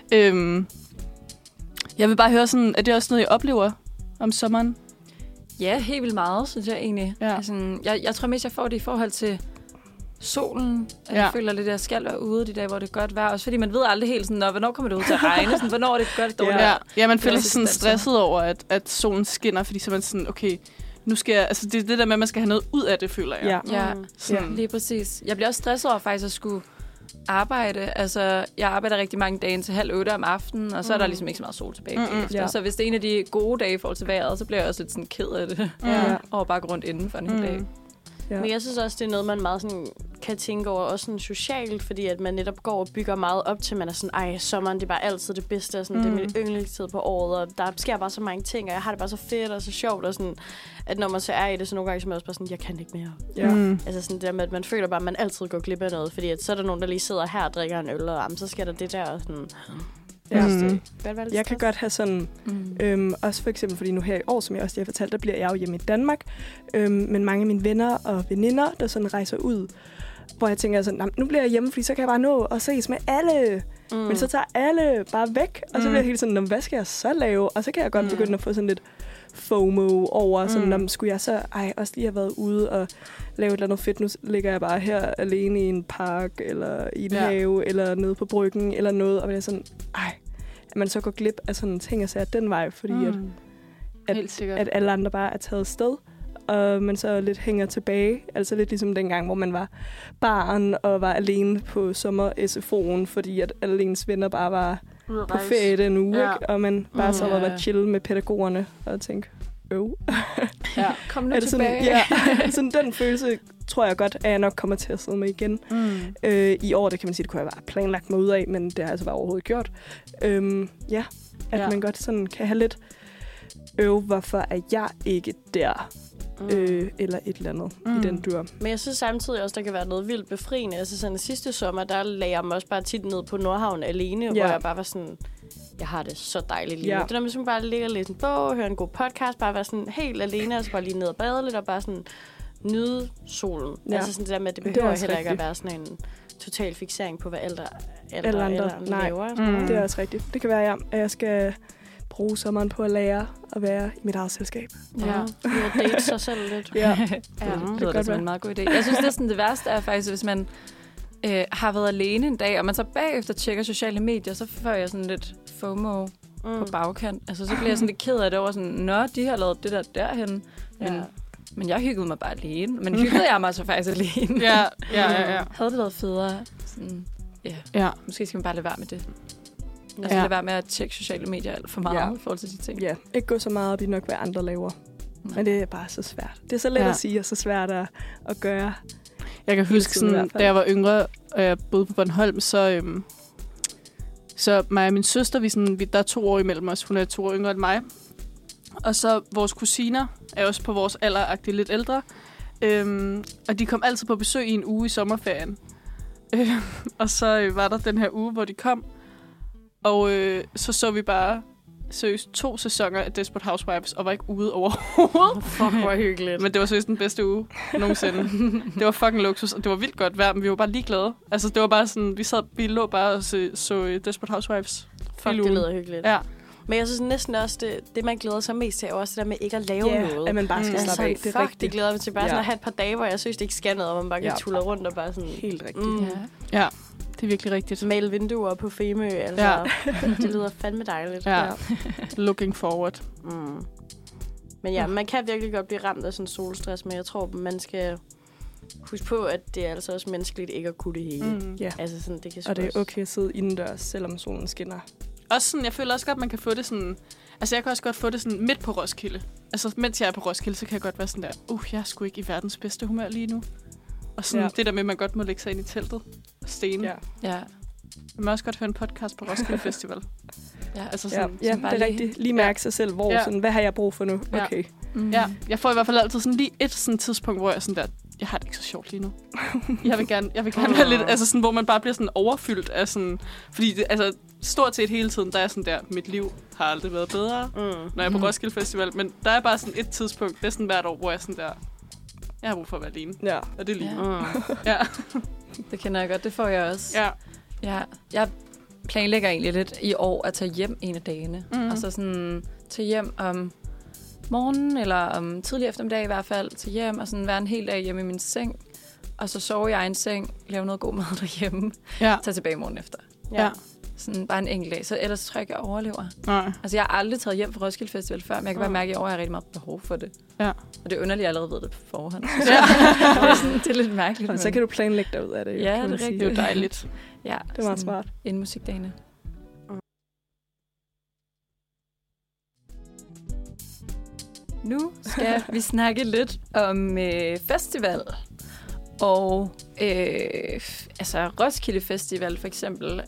Jeg vil bare høre sådan, er det også noget, I oplever om sommeren? Ja, helt vildt meget, synes jeg egentlig. Ja. Altså, jeg tror mest, jeg får det i forhold til solen. At jeg føler lidt, at jeg skal være ude de dage, hvor det er godt vejr. Også fordi man ved aldrig helt sådan, hvornår kommer det ud til at regne? Sådan, hvornår er det godt dårligt? Ja, man føler sig sådan stresset over, at solen skinner, fordi så er man sådan, okay, nu skal jeg, altså det er det der med, at man skal have noget ud af det, føler jeg. Ja, lige præcis. Jeg bliver også stresset over faktisk at skulle arbejde. Altså, jeg arbejder rigtig mange dage til 7:30 om aftenen, og så er der ligesom ikke så meget sol tilbage. Så hvis det er en af de gode dage i forhold til vejret, så bliver jeg også lidt sådan ked af det. Og bare gå rundt inden for en hel dag. Ja. Men jeg synes også, det er noget, man meget sådan kan tænke over, også sådan socialt, fordi at man netop går og bygger meget op til, man er sådan, sommeren, det er bare altid det bedste, og sådan, det er min yndlingstid på året, og der sker bare så mange ting, og jeg har det bare så fedt og så sjovt, og sådan, at når man så er i det, så nogle gange, så er man også bare sådan, jeg kan ikke mere. Altså sådan det med, at man føler bare, at man altid går glip af noget, fordi at så er der nogen, der lige sidder her og drikker en øl, og så sker der det der, og sådan. Jeg kan godt have sådan, også for eksempel, fordi nu her i år, som jeg også lige har fortalt, der bliver jeg jo hjemme i Danmark, men mange af mine venner og veninder, der sådan rejser ud, hvor jeg tænker sådan, nu bliver jeg hjemme, fordi så kan jeg bare nå at ses med alle. Men så tager alle bare væk, og så bliver jeg helt sådan, hvad skal jeg så lave? Og så kan jeg godt begynde at få sådan lidt FOMO over, sådan, skulle jeg så også lige have været ude og lave et eller andet fedt. Nu ligger jeg bare her alene i en park, eller i en have, eller nede på bryggen, eller noget, og det er sådan, at man så går glip af sådan ting og sager den vej, fordi at alle andre bare er taget sted, og man så lidt hænger tilbage. Altså lidt ligesom dengang, hvor man var barn og var alene på sommer-SFO'en, fordi at alle ens venner bare var på ferie den uge, ikke? Og man bare så var chill med pædagogerne og tænke, Ja. Kom nu tilbage. Sådan den følelse tror jeg godt, at jeg nok kommer til at sidde med igen. I år, det kan man sige, det kunne jeg bare planlagt mig ud af, men det har altså bare overhovedet gjort. Man godt sådan kan have lidt hvorfor er jeg ikke der? Eller et eller andet i den dur. Men jeg synes samtidig også, der kan være noget vildt befriende. Altså sådan sidste sommer, der lagde jeg mig også bare tit ned på Nordhavn alene, hvor jeg bare var sådan, jeg har det så dejligt lige nu. Det der med, at man bare ligger og læser en bog, høre en god podcast, bare være sådan helt alene, og så bare lige ned og bade lidt, og bare sådan nyde solen. Altså sådan det der med, at det behøver heller ikke at være sådan en total fiksering på, hvad alle andre laver. Det er også rigtigt. Det kan være, at jeg skal bruge sommeren på at lære at være i mit eget selskab. Ja, date sig selv lidt. Det lyder som en meget god idé. Jeg synes, det værste er faktisk, hvis man har været alene en dag, og man så bagefter tjekker sociale medier, så får jeg sådan lidt FOMO på bagkant. Altså, så bliver jeg sådan lidt ked af det over sådan, de har lavet det derhen. Men jeg hyggede mig bare alene. Men hyggede jeg mig så faktisk alene. Ja. Havde det været federe? Sådan, måske skal man bare lade være med det. Altså lade være med at tjekke sociale medier alt for meget i forhold til de ting. Ja, ikke gå så meget op i nok, hvad andre laver. Men det er bare så svært. Det er så let at sige, og så svært at gøre. Jeg kan huske, sådan, da jeg var yngre, og jeg boede på Bornholm, så mig og min søster, der er 2 år imellem os. Hun er 2 år yngre end mig. Og så vores kusiner er også på vores alderagtige lidt ældre. Og de kom altid på besøg i en uge i sommerferien. Og så var der den her uge, hvor de kom. Og så vi bare seriøst 2 sæsoner af Desperate Housewives, og var ikke ude overhovedet. Fuck, hvor hyggeligt. Men det var seriøst den bedste uge nogensinde. Det var fucking luksus, og det var vildt godt vejr, men vi var bare ligeglade. Altså, det var bare sådan, vi lå bare og så Desperate Housewives. Fuck, det lyder hyggeligt. Ja. Men jeg synes næsten også, det man glæder sig mest til, er også det der med ikke at lave noget. At man bare skal slappe af. Det er rigtigt. Det glæder mig til bare sådan at have et par dage, hvor jeg synes, det ikke skal noget, og man bare kan tulle rundt og bare sådan... Helt rigtigt. Ja, det er virkelig rigtigt. Male vinduer på Femø, altså. Det lyder fandme dejligt. Ja. Looking forward. Men man kan virkelig godt blive ramt af sådan solstress, men jeg tror, man skal huske på, at det er altså også menneskeligt ikke at kunne det hele. Altså sådan, det kan og det er okay at sidde indendørs, selvom solen skinner. Også sådan, jeg føler også godt, man kan få det sådan... Altså, jeg kan også godt få det sådan midt på Roskilde. Altså, mens jeg er på Roskilde, så kan jeg godt være sådan der... jeg er sgu ikke i verdens bedste humør lige nu. Og sådan det der med, at man godt må lægge sig ind i teltet og stene. Ja. Man må også godt høre en podcast på Roskilde Festival. Altså sådan, det er rigtigt. Lige mærke sig selv, hvor sådan, hvad har jeg brug for nu? Okay. Ja, jeg får i hvert fald altid sådan lige et sådan tidspunkt, hvor jeg sådan der... Jeg har det ikke så sjovt lige nu. Jeg vil gerne være lidt... Altså sådan, hvor man bare bliver sådan overfyldt af sådan... Fordi det, altså, stort set hele tiden, der er sådan der... Mit liv har aldrig været bedre, når jeg er på Roskilde Festival. Men der er bare sådan et tidspunkt, næsten hvert år, hvor jeg sådan der... Jeg har brug for at være alene. Ja. Og det er lige. Ja. Det kender jeg godt. Det får jeg også. Ja. Jeg planlægger egentlig lidt i år at tage hjem en af dagene. Og så sådan tage hjem om morgenen, eller om tidlig eftermiddag i hvert fald, til hjem og sådan være en hel dag hjemme i min seng. Og så sover jeg i en seng, lave noget god mad derhjemme, tage tilbage morgen efter. Ja. Sådan bare en enkelt dag. Så ellers tror jeg ikke, jeg overlever. Nej. Altså, jeg har aldrig taget hjem fra Roskilde Festival før, men jeg kan bare mærke, at i år har jeg rigtig meget behov for det. Ja. Og det er underligt, at jeg allerede ved det på forhånd. Det er lidt mærkeligt. Og så kan du planlægge dig ud af det. Ja, det er rigtigt. Det er jo dejligt. Ja, det var smart. Inden musikdagene. Nu skal vi snakke lidt om festival. Og altså Roskilde Festival for eksempel,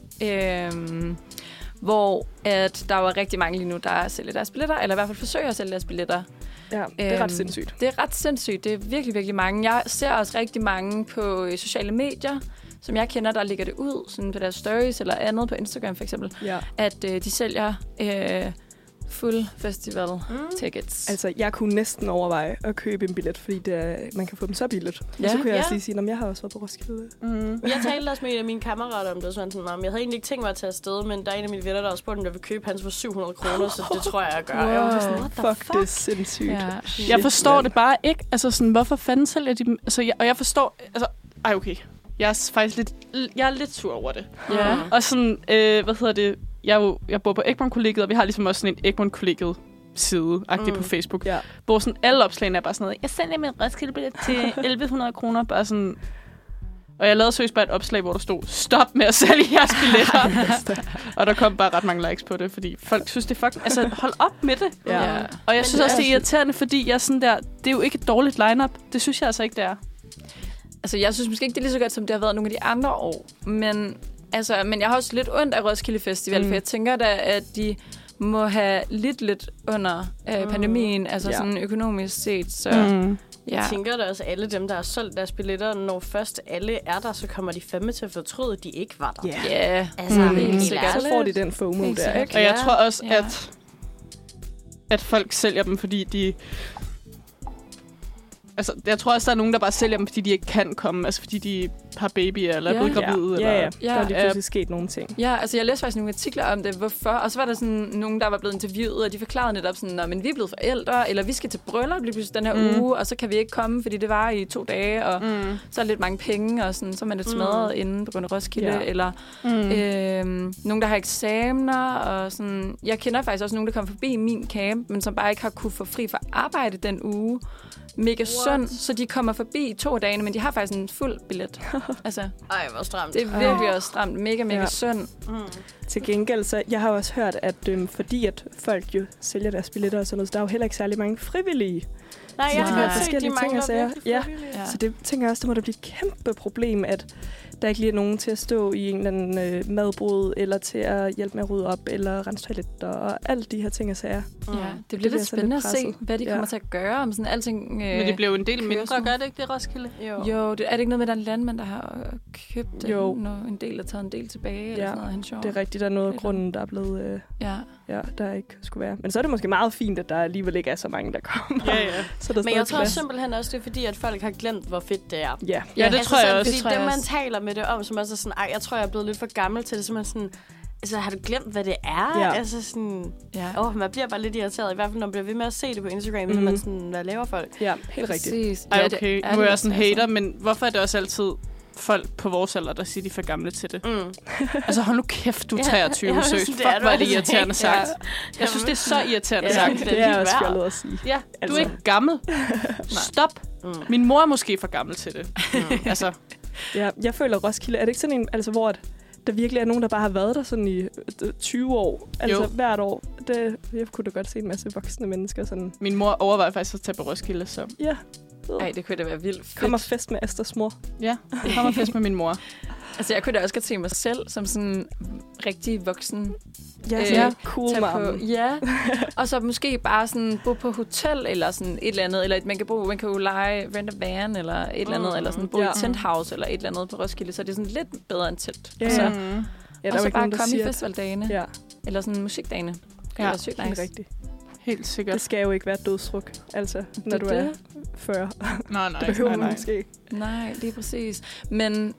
hvor at der var rigtig mange lige nu, der sælger deres billetter, eller i hvert fald forsøger at sælge deres billetter. Ja, det er ret sindssygt. Det er ret sindssygt. Det er virkelig, virkelig mange. Jeg ser også rigtig mange på sociale medier, som jeg kender, der ligger det ud sådan på deres stories eller andet på Instagram for eksempel, at de sælger full festival tickets. Altså, jeg kunne næsten overveje at købe en billet, fordi man kan få dem så billigt. Ja. Og så kunne jeg også lige sige, at jeg har også været på Roskilde. Jeg talte også med en af mine kammerater om det, sådan, jeg havde egentlig ikke tænkt mig at tage afsted, men der er en af mine venner, der også spurgte, om jeg vil købe hans for 700 kroner, så det tror jeg gør. Wow. Jeg var sådan, fuck, det er sindssygt. Ja. Jeg forstår det bare ikke. Altså, sådan, hvorfor fanden sælger de dem? Altså, og jeg forstår... Altså, okay. Jeg er faktisk lidt sur over det. Ja. Og sådan, jeg bor på Egmont-kollegiet, og vi har ligesom også sådan en Egmont-kollegiet side-agtigt på Facebook. Ja. Hvor sådan alle opslagene er bare sådan noget, jeg sælger min Roskilde-billet til 1.100 kroner, bare sådan... Og jeg lavede seriøst bare et opslag, hvor der stod, stop med at sælge jeres billetter. Og der kom bare ret mange likes på det, fordi folk synes, det er fucking... Altså, hold op med det. Ja. Og jeg synes også, det er irriterende, fordi jeg er sådan der... Det er jo ikke et dårligt line-up. Det synes jeg altså ikke, det er. Altså, jeg synes måske ikke, det er lige så godt, som det har været nogle af de andre år. Men jeg har også lidt ondt af Roskilde Festival, for jeg tænker da, at de må have lidt under pandemien, altså sådan økonomisk set, så... Ja. Jeg tænker da også, at alle dem, der har solgt deres billetter, når først alle er der, så kommer de fandme til at fortryde, at de ikke var der. Ja. Altså, helt sikkert. Så får de den FOMO der, ikke? Og jeg tror også, at folk sælger dem, fordi de... Altså, jeg tror også, der er nogen, der bare sælger dem, fordi de ikke kan komme. Altså, fordi de har babyer eller er blevet gravide. Ja. Der er lige pludselig sket nogle ting. Ja, altså jeg læste faktisk nogle artikler om det, hvorfor. Og så var der sådan nogen, der var blevet interviewet, og de forklarede netop sådan, men vi er blevet forældre, eller vi skal til bryllup lige pludselig den her uge, og så kan vi ikke komme, fordi det var i 2 dage, og så er lidt mange penge, og sådan, så er man lidt smadret inden på grund af Roskilde, eller nogen, der har eksamener, og sådan. Jeg kender faktisk også nogen, der kommer forbi min camp, men som bare ikke har kunne få fri fra arbejde den uge. Mega sund, så de kommer forbi i 2 dage, men de har faktisk en fuld billet. Altså, ej, hvor stramt. Det er virkelig også stramt. Mega sund. Til gengæld, så jeg har også hørt, at fordi at folk jo sælger deres billetter og sådan noget, så der er jo heller ikke særlig mange frivillige. Nej, jeg har hørt forskellige ting og sager. Ja, så det tænker jeg også, der må der blive et kæmpe problem, at der ikke lige er nogen til at stå i en eller anden madbrud, eller til at hjælpe med at rydde op, eller rense toiletter, og alle de her ting og sager. Ja, det bliver lidt spændende at se, hvad de kommer til at gøre om sådan alting. Men det blev en del mindre, gør det ikke det, Roskilde? Jo, det er det ikke noget med, der er en landmand, der har købt en del og taget en del tilbage? Eller sådan noget, det er rigtigt, der er noget af grunden, der er blevet... der ikke skulle være. Men så er det måske meget fint, at der alligevel ikke er så mange, der kommer. Så der men jeg tror simpelthen også, det er fordi, at folk har glemt, hvor fedt det er. Ja, det tror jeg også. Fordi dem, man taler med det om, som også er sådan, jeg tror, jeg er blevet lidt for gammel til det, så man sådan... Altså, har du glemt, hvad det er? Ja. Altså sådan... man bliver bare lidt irriteret. I hvert fald, når man bliver ved med at se det på Instagram, så man sådan, hvad laver folk? Ja, helt rigtigt. Ej, okay. Nu er jeg sådan hater, men hvorfor er det også altid folk på vores alder, der siger, de er for gamle til det? Altså, hold nu kæft, du er 23, søs. Fuck, hvor er det irriterende sagt. Jeg synes, det er så irriterende sagt. Det er også fjollet at sige. Ja, du er ikke gammel. Stop. Min mor er måske for gammel til det. Altså... Ja, jeg føler Roskilde, er det ikke sådan en, altså hvor der virkelig er nogen, der bare har været der sådan i 20 år, altså hvert år. Jeg kunne da godt se en masse voksne mennesker sådan. Min mor overvejer faktisk at tage på Roskilde, så... Ja. Ej, det kunne da være vildt fedt. Kommer fest med Asters mor. Ja, det kommer fest med min mor. Altså, jeg kunne da også godt se mig selv som sådan rigtig voksen. Cool mom. Ja, og så måske bare sådan bo på hotel eller sådan et eller andet, eller man kan jo lege rent a van eller et eller andet, eller sådan bo i tenthouse eller et eller andet på Roskilde, så det er sådan lidt bedre end telt. Og så bare komme i festivaldagene, eller sådan musikdagene. Det er sygt nice. Rigtigt. Helt sikkert. Det skal jo ikke være dødsruk, altså, når du er 40. Nej. Det behøver man måske. Nej, lige præcis. Men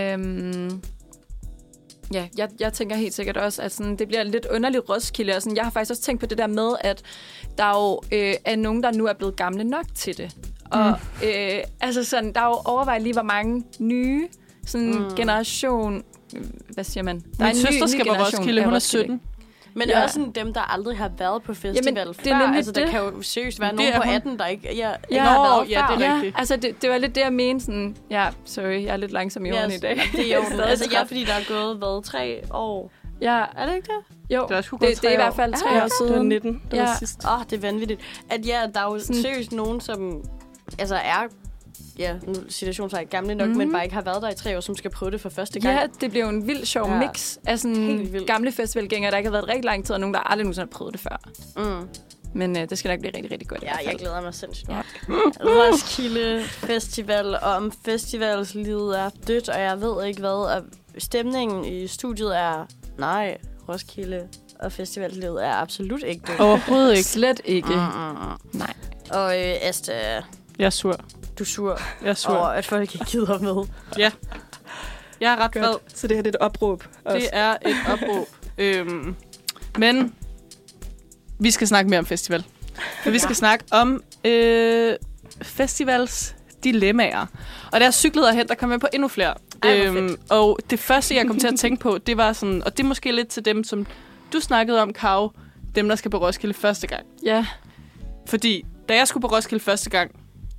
jeg tænker helt sikkert også, at sådan, det bliver lidt underligt Roskilde. Og sådan, jeg har faktisk også tænkt på det der med, at der jo er nogen, der nu er blevet gamle nok til det. Og altså sådan, der er jo overvejet lige, hvor mange nye generation... Hvad siger man? Der Min søster skal på Roskilde, hun er 17. Men også sådan dem, der aldrig har været på festival før. Altså, der kan jo seriøst være nogen på 18, der ikke har været før. Det er rigtigt. Altså, det var lidt det, jeg mente. Sådan, sorry, jeg er lidt langsom i orden i dag. Det er jo altså, fordi der er gået, 3 år? Ja. Er det ikke det? Jo, det er i hvert fald 3 år siden. Det var 19, det var sidst. Det er vanvittigt. At der er jo seriøst nogen, som altså er... Ja, nu situationstegn gamle nok, men bare ikke har været der i 3 år, som skal prøve det for første gang. Ja, det bliver jo en vild sjov mix af sådan gamle festivalgængere, der ikke har været rigtig lang tid, og nogen, der aldrig nogensinde har prøvet det før. Men det skal nok blive rigtig, rigtig godt. Ja, jeg glæder mig sindssygt. Ja. Roskilde Festival, og om festivalslivet er dødt, og jeg ved ikke hvad. Og stemningen i studiet er, nej, Roskilde og festivalslivet er absolut ikke dødt. Overhovedet ikke. Slet ikke. Nej. Og Asta... Jeg er sur. Du er sur. Jeg er sur. Over, at folk ikke gider med. Ja. Jeg er ret glad. Så det her det er et opråb også. Det er et opråb. Men vi skal snakke mere om festival. For vi skal snakke om festivals dilemmaer. Og da jeg cyklede derhen, der kom jeg på endnu flere. Og det første, jeg kom til at tænke på, det var sådan... Og det er måske lidt til dem, som du snakkede om, Karo. Dem, der skal på Roskilde første gang. Ja. Fordi da jeg skulle på Roskilde første gang,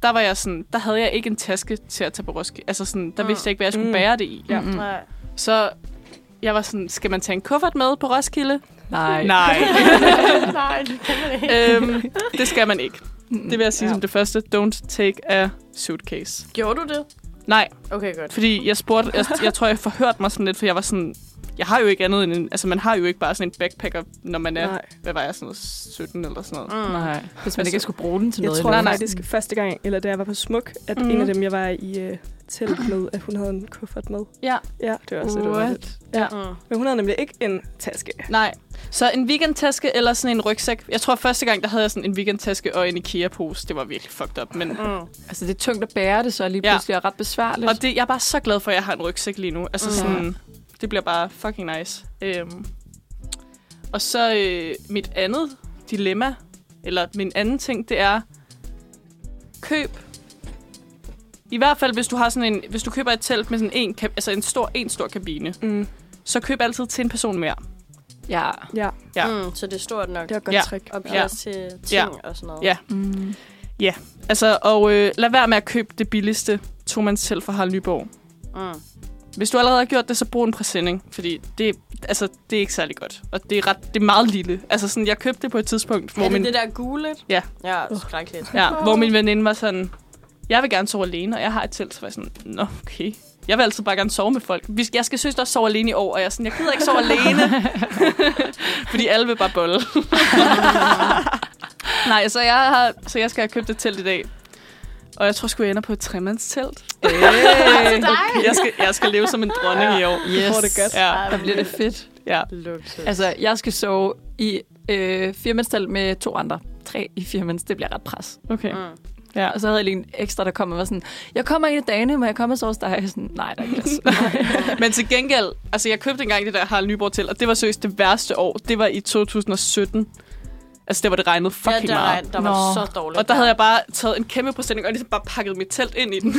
der var jeg sådan, der havde jeg ikke en taske til at tage på Roskilde. Altså sådan, der vidste jeg ikke, hvad jeg skulle bære det i. Ja. Så jeg var sådan, skal man tage en kuffert med på Roskilde? Nej. Nej, det kan man ikke. Det skal man ikke. Det vil jeg sige som det første. Don't take a suitcase. Gjorde du det? Nej. Okay, godt. Fordi jeg spurgte, jeg tror, jeg forhørte mig sådan lidt, for jeg var sådan, jeg har jo ikke andet end altså man har jo ikke bare sådan en backpacker, når man er, hvad var jeg, sådan noget 17 eller sådan noget. Nej, hvis man ikke skulle bruge den til noget. Jeg tror faktisk første gang, eller da jeg var på Smuk, at en af dem, jeg var i telt med, at hun havde en kuffert med. Ja. Ja, det var også lidt. Ja. Men hun havde nemlig ikke en taske. Nej. Så en weekendtaske eller sådan en rygsæk. Jeg tror første gang, der havde jeg sådan en weekendtaske og en IKEA-pose. Det var virkelig fucked up. Men altså det er tungt at bære det, så lige pludselig er ret besværligt. Og jeg er bare så glad for, at jeg har en rygsæk lige nu. Altså sådan, det bliver bare fucking nice. Og så mit andet dilemma, eller min anden ting, det er køb. I hvert fald, hvis du har sådan hvis du køber et telt med sådan en stor kabine, så køb altid til en person mere. Ja. Så det er stort nok. Det er godt trick. Og plads til ting og sådan noget. Ja. Ja. Altså, og lad være med at købe det billigste togmandstelt fra Harald Nyborg. Hvis du allerede har gjort det, så brug en præsending, fordi det er ikke særlig godt. Og det er meget lille. Altså sådan, jeg købte det på et tidspunkt, hvor det der gule? Ja. Ja, skrækkeligt. Ja, hvor min veninde var sådan, jeg vil gerne sove alene, og jeg har et telt, så var jeg sådan, nå, okay. Jeg vil altid bare gerne sove med folk. Jeg skal synes også sove alene i år, og jeg er sådan, jeg gider ikke sove alene. Fordi alle vil bare bolle. Nej, så jeg skal have købt et telt i dag. Og jeg tror sgu, jeg ender på et tremandstelt. Jeg skal leve som en dronning i år. Yes. Får det godt. Ja, der bliver det fedt. Ja. Altså, jeg skal sove i firemandstelt med 2 andre. 3 i firmands, det bliver ret pres. Okay. Ja, og så havde jeg lige en ekstra, der kom og var sådan, jeg kommer en af dagene, må jeg komme og sove hos dig? Jeg sådan, nej, der er ikke plads. Men til gengæld, altså jeg købte engang det der Harald Nyborg til, og det var seriøst det værste år. Det var i 2017. Altså, det var det regnede fucking meget. Der var så dårligt. Og der havde jeg bare taget en kæmpe præsending, og ligesom bare pakket mit telt ind i den.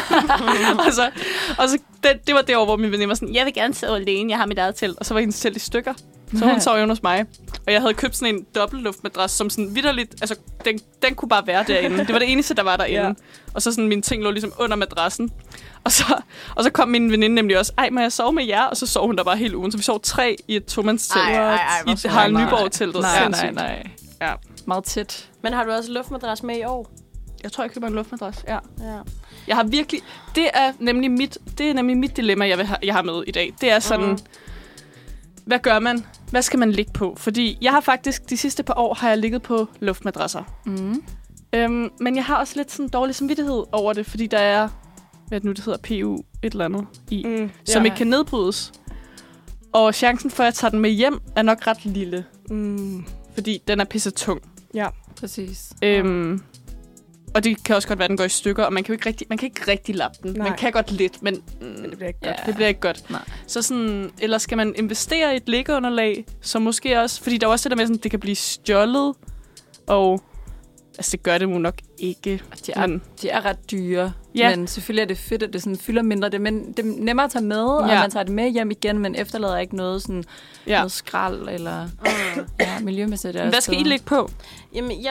og så det var det år, hvor min veninde var sådan, jeg vil gerne sove alene, jeg har mit eget telt. Og så var hendes telt i stykker. Så hun sov jo hos mig. Og jeg havde købt sådan en dobbeltluftmadras, som sådan vitterligt, altså den kunne bare være derinde. Det var det eneste, der var derinde. Ja. Og så sådan mine ting lå ligesom under madrassen. Og så kom min veninde nemlig også, må jeg sove med jer? Og så sov hun der bare hele ugen. Så vi sov 3 i et tomandstelt. I Harald Nyborg-teltet. Nej. Ja. Meget tæt. Men har du også luftmadras med i år? Jeg tror, jeg køber en luftmadras, ja. Jeg har virkelig... Det er nemlig mit dilemma, jeg har med i dag. Det er sådan... Hvad gør man? Hvad skal man ligge på? Fordi jeg har faktisk... De sidste par år har jeg ligget på luftmadrasser. Men jeg har også lidt sådan dårlig samvittighed over det, fordi der er... Hvad det nu, det hedder? PU et eller andet i. Som ikke kan nedbrydes. Og chancen for, at jeg tager den med hjem, er nok ret lille. Fordi den er pisse tung. Ja, præcis. Og det kan også godt være, at den går i stykker, og man kan ikke rigtig lappe den. Nej. Man kan godt lidt, men det bliver ikke godt. Det bliver ikke godt. Nej. Så sådan, eller skal man investere i et liggeunderlag, så måske også, fordi der er også det der med, sådan, det kan blive stjålet, og altså det gør det jo nok ikke. De er ret dyre, men selvfølgelig er det fedt, at det sådan fylder mindre. Det er nemmere at tage med, og man tager det med hjem igen, men efterlader ikke noget, sådan, noget skrald eller miljømæssigt. Hvad skal I lægge på? Jamen,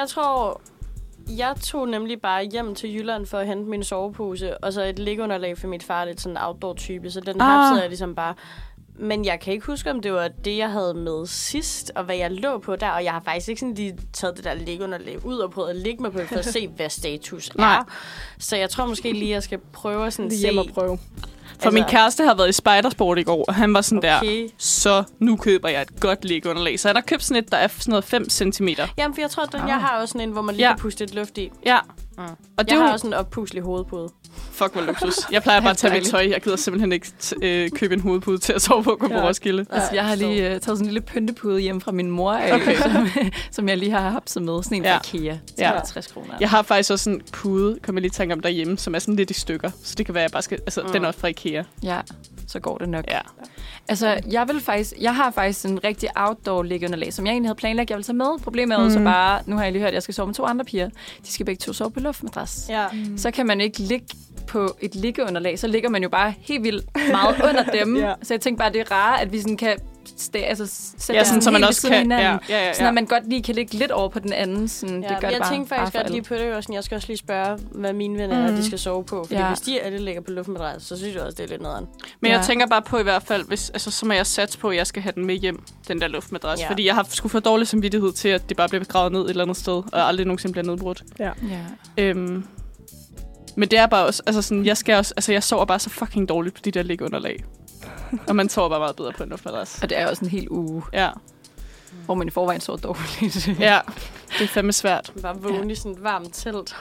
jeg tog nemlig bare hjem til Jylland for at hente min sovepose, og så et liggeunderlag for mit far, lidt sådan outdoor-type, så den hapsede jeg ligesom bare. Men jeg kan ikke huske, om det var det, jeg havde med sidst, og hvad jeg lå på der, og jeg har faktisk ikke sådan lige taget det der liggeunderlag ud og prøvet at ligge mig på for at se, hvad status er. Så jeg tror måske lige, jeg skal prøve at sådan se... hjem og prøve. For min kæreste har været i Spidersport i går, og han var sådan der, så nu køber jeg et godt liggeunderlag. Så han har købt sådan et, der er sådan noget 5 cm. Jamen, for jeg tror, jeg har også sådan en, hvor man lige kan puste et luft i. Ja. Og jeg har også en oppuslig hovedpude. Fuck, hvor luksus. Jeg plejer bare at tage mit tøj. Jeg gider simpelthen ikke købe en hovedpude til at sove på og gå på Roskilde. Altså, jeg har lige taget sådan en lille pyntepude hjem fra min mor, som jeg lige har hapset med. Sådan en fra IKEA. 60 kroner. Jeg har faktisk også sådan en pude, kommer jeg lige tænke om derhjemme, som er sådan lidt i stykker. Så det kan være, jeg bare skal... Altså, den er også fra IKEA. Ja, så går det nok. Ja. Altså, jeg har faktisk en rigtig outdoor liggeunderlag, som jeg egentlig havde planlagt, jeg ville tage med. Problemet er så bare, nu har jeg lige hørt, at jeg skal sove med 2 andre piger. De skal begge 2 sove på luftmadras. Ja. Så kan man ikke ligge på et liggeunderlag, så ligger man jo bare helt vildt meget under dem. Så jeg tænkte bare, det er rart, at vi sådan kan sætter sådan, så man også kan... Sådan, at man godt lige kan ligge lidt over på den anden. Sådan, det gør jeg tænkte faktisk godt lige på det, og sådan, jeg skal også lige spørge, hvad mine venner er, de skal sove på. Fordi hvis de alle ligger på luftmadras, så synes jeg også, det er lidt noget andet. Men jeg tænker bare på i hvert fald, så må jeg satse på, at jeg skal have den med hjem, den der luftmadras. Ja. Fordi jeg har sgu for dårlig samvittighed til, at det bare bliver begravet ned et eller andet sted, og aldrig nogensinde bliver nedbrudt. Ja. Men det er bare også, altså sådan, jeg sover bare så fucking dårligt på de der liggeunderlag. Og man sover bare meget bedre på en luftmadras. Og det er også en hel uge. Ja. Hvor man i forvejen sover dårligt. Ja, det er fandme svært. Bare vågne i sådan et varmt telt.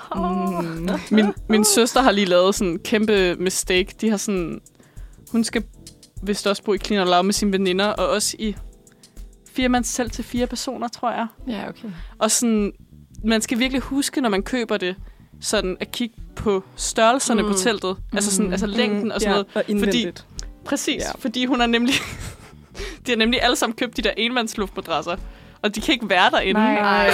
Min søster har lige lavet sådan en kæmpe mistake. De har sådan... Hun skal vist også bo i Clean Loud med sine veninder, og også i 4-mands-telt til 4 personer, tror jeg. Ja, okay. Og sådan... Man skal virkelig huske, når man køber det, sådan at kigge på størrelserne på teltet. Altså længden og sådan noget. Og indvendigt. Præcis, fordi hun er nemlig... De har nemlig alle sammen købt de der enmandsluftmadrasser. Og de kan ikke være derinde. Nej.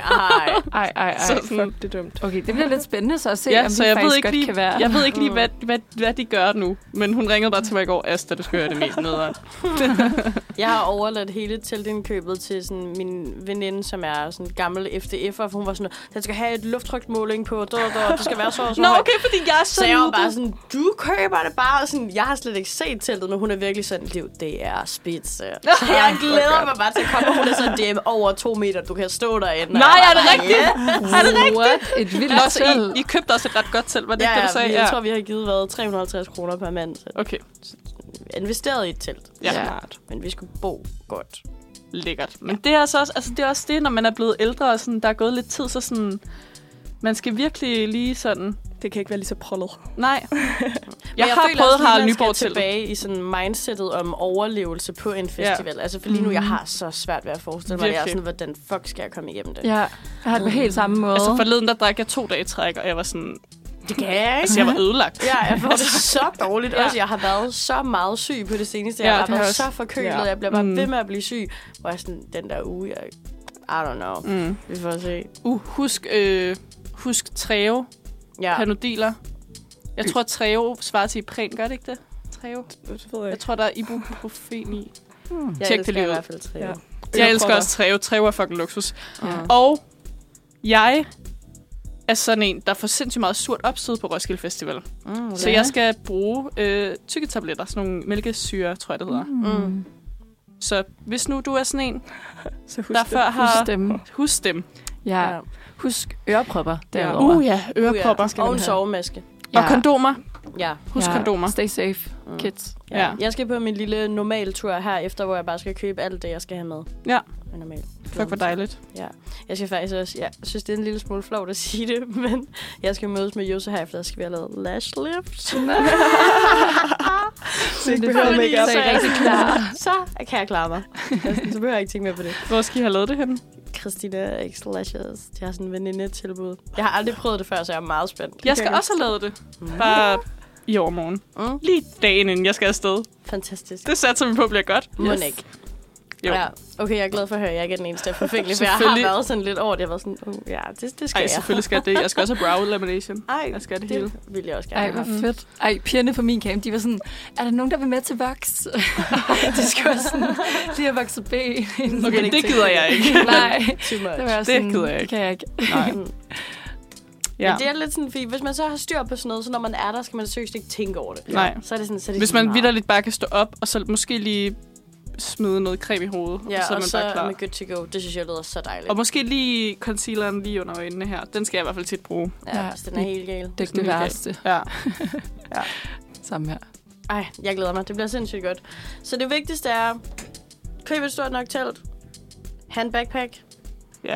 Så sådan, det er dumt. Okay, det bliver lidt spændende så at se, om så det jeg faktisk ved ikke godt lige, kan være. Jeg ved ikke lige, hvad de gør nu. Men hun ringede bare til mig i går, Asta, du skal høre det mest nederen. Jeg har overladt hele teltindkøbet til sådan min veninde, som er sådan gammel FDF'er, for hun var sådan, den skal have et lufttrykmåling på, det skal være så og så. Nå, okay, fordi jeg er så jeg var bare sådan, du køber det bare. Sådan, jeg har slet ikke set teltet, men hun er virkelig sådan, det er spidse. Så jeg glæder mig bare til at komme, og hun er sådan, det er over 2 meter, du kan stå derinde. Nej, er det rigtigt? Er det rigtigt? What? Et vildt telt. I købte også et ret godt telt, var det ikke det, du sagde? Jeg tror, vi har givet 350 kroner per mand. Okay. Investeret i et telt. Ja. Smart. Men vi skulle bo godt. Lækkert. Men det er altså også, det er også det, når man er blevet ældre, og sådan, der er gået lidt tid, så sådan, man skal virkelig lige sådan... Det kan ikke være lige så prollet. Nej. jeg har prøvet Harald Nyborg til tilbage i sådan mindsetet om overlevelse på en festival. Ja. Altså for lige nu, jeg har så svært ved at forestille mig, at jeg er sådan, hvordan fuck skal jeg komme igennem det? Ja, jeg har det på helt samme måde. Altså forleden, der drak jeg 2 dage i træk, og jeg var sådan... Det kan jeg ikke. Altså, jeg var ødelagt. Ja, jeg får det så dårligt. Også, jeg har været så meget syg på det seneste. Jeg har været så forkølet. Jeg bliver bare ved med at blive syg. Hvor jeg sådan, den der uge, I don't know. Vi får se. Husk Treo. Ja. Panodiler. Jeg tror, Treo svarer til Ipren. Gør det ikke det? Treo? Jeg tror, der er ibuprofen i. Jeg elsker i hvert fald Treo. Ja. Jeg elsker også Treo. Treo er fucking luksus. Og jeg er sådan en, der får sindssygt meget surt opstød på Roskilde Festival. Så jeg skal bruge tykketabletter. Sådan nogle mælkesyre, tror jeg, det hedder. Så hvis nu du er sådan en, så der før har... Husk dem. Ja. Husk ørepropper derovre. Ørepropper. Og en sovemaske. Og kondomer. Ja. Husk kondomer. Stay safe, kids. Ja. Jeg skal på min lille normal tur her efter, hvor jeg bare skal købe alt det, jeg skal have med. Ja. Normalt. Fuck, hvor dejligt. Ja. Jeg skal faktisk også... Jeg synes, det er en lille smule flovt at sige det, men jeg skal mødes med Jose her, efter der skal vi have lavet lash lift. Så ikke behøver make-up. Så er jeg rigtig klar. Så kan jeg klare mig. Så behøver jeg ikke tænke mere på det. Hvor skal I have lavet det henne? Christina X Lashes. De har sådan en veninde-tilbud. Jeg har aldrig prøvet det før, så jeg er meget spændt. Jeg skal også have lavet det. Bare i overmorgen. Lige dagen inden jeg skal afsted. Fantastisk. Det satser vi på bliver godt. Må ikke. Jo. Ja, okay, jeg er glad for at høre, at jeg ikke er den eneste, der er forfængelig, for jeg har været sådan lidt over det. Jeg var sådan, det skal jeg. Selvfølgelig skal det. Jeg skal også have brow lamination. Jeg skal det hele. Det vil jeg også gerne have. Hvor fedt. Pigerne på min camp, de var sådan, er der nogen, der vil med til voks? De skulle også sådan, lige have vokset ben. Okay, det gider jeg ikke. Nej, det gider jeg ikke. Det kan jeg ikke. Nej. Ja. Men det er lidt sådan, fordi hvis man så har styr på sådan noget, så når man er der, skal man seriøst ikke tænke over det. Nej. Så er det sådan, hvis man vitterligt bare kan stå op, og så måske lige smide noget creme i hovedet. Ja, og så er man så bare klar. Er man good to go. Det synes jeg lyder så dejligt. Og måske lige concealeren lige under øjnene her. Den skal jeg i hvert fald tit bruge. Ja, den er helt gal. Det er det værste. Ja. Samme her. Ej, jeg glæder mig. Det bliver sindssygt godt. Så det vigtigste er, køb et stort nok telt. Ha' en backpack. Ja.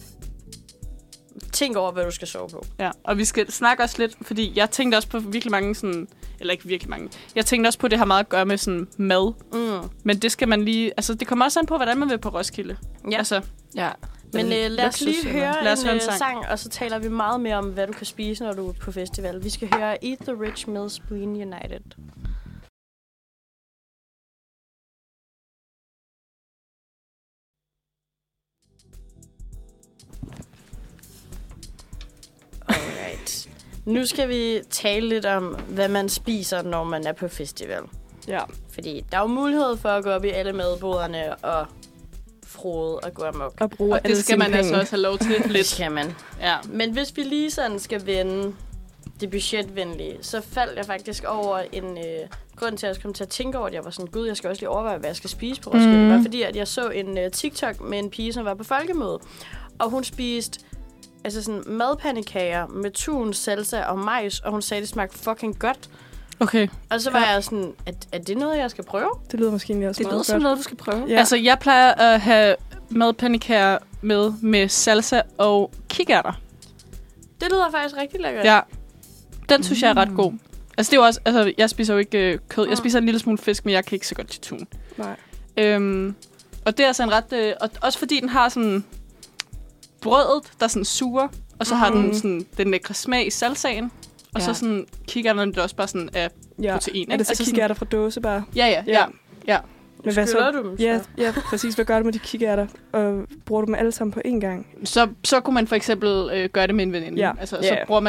Tænk over, hvad du skal sove på. Ja, og vi skal snakke også lidt, fordi jeg tænkte også på virkelig mange sådan... Eller ikke virkelig mange. Jeg tænkte også på, at det har meget at gøre med sådan mad. Men det skal man lige... Altså, det kommer også an på, hvordan man vil på Roskilde. Ja. Altså, ja. Men lad os lige høre en sang, og så taler vi meget mere om, hvad du kan spise, når du er på festival. Vi skal høre Eat the Rich med Spleen United. Alright. Nu skal vi tale lidt om, hvad man spiser, når man er på festival. Ja. Fordi der er jo mulighed for at gå op i alle madboderne og frode og gå amok. Og det skal man altså også have lov til lidt. Det skal man. Ja. Men hvis vi lige sådan skal vende det budgetvenlige, så faldt jeg faktisk over en grund til, at jeg kom til at tænke over, at jeg var sådan, gud, jeg skal også lige overveje, hvad jeg skal spise på Roskilde. Det var fordi, at jeg så en TikTok med en pige, som var på folkemøde, og hun spiste altså sådan madpandekager med tun, salsa og majs, og hun sagde, det smagte fucking godt. Okay. Og så var jeg sådan, er det noget, jeg skal prøve? Det lyder måske egentlig også det lyder som noget, du skal prøve. Ja. Altså, jeg plejer at have madpandekager med salsa og kikærter. Det lyder faktisk rigtig lækkert. Ja. Den synes jeg er ret god. Altså, det er jo også, altså, jeg spiser jo ikke kød. Jeg spiser en lille smule fisk, men jeg kan ikke så godt til tun. Nej. Og det er altså en ret... og også fordi den har sådan brødet, der er sådan suger, og så har den sådan den lækre smag i salsaen. Og så sådan kikærterne, det er også bare sådan af protein. Er det så altså kikærter fra dåse bare? Ja. Men hvad så? Du dem, så? Ja, præcis. Hvad gør du med de kikærter? Og bruger du dem alle sammen på én gang? Så kunne man for eksempel gøre det med en veninde. Ja. Altså,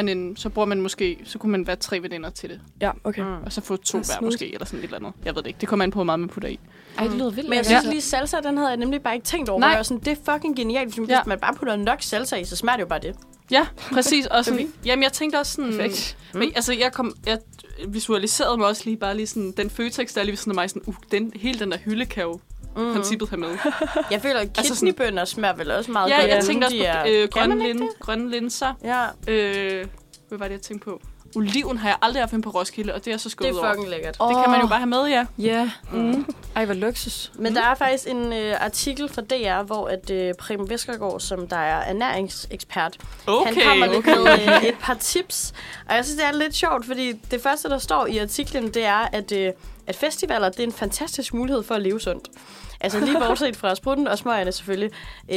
så bruger man måske... Så kunne man være 3 veninder til det. Ja, okay. Og så få 2 hver måske, eller sådan et eller andet. Jeg ved det ikke. Det kommer an på, hvor meget man putter i. Ej, det lyder vildt. Men jeg synes lige, salsa, den havde jeg nemlig bare ikke tænkt over. Nej. Sådan, det er fucking genialt. Hvis man bare putter nok salsa i, så smager det jo bare det. Ja, præcis. Og sådan, jamen, jeg tænkte også sådan... Perfekt. Men, altså, jeg visualiserede mig også lige sådan... Den Føtex, der er lige sådan mig sådan... hele den der hylde kan jo princippet have med. Jeg føler, at kidneybønner smager vel også meget godt. Ja, jeg tænkte også på grønne linser. Ja. Hvad var det, jeg tænkte på? Oliven har jeg aldrig haft på Roskilde, og det er så skuffet over. Det er fucking lækkert. Det kan man jo bare have med, ja. Ja. Ej, hvor luksus. Men der er faktisk en artikel fra DR, hvor at Preben Veskergaard, som der er ernæringsekspert, han kommer lidt med et par tips. Og jeg synes, det er lidt sjovt, fordi det første, der står i artiklen, det er, at festivaler, det er en fantastisk mulighed for at leve sundt. Altså lige bortset fra sprutten og smøgerne selvfølgelig.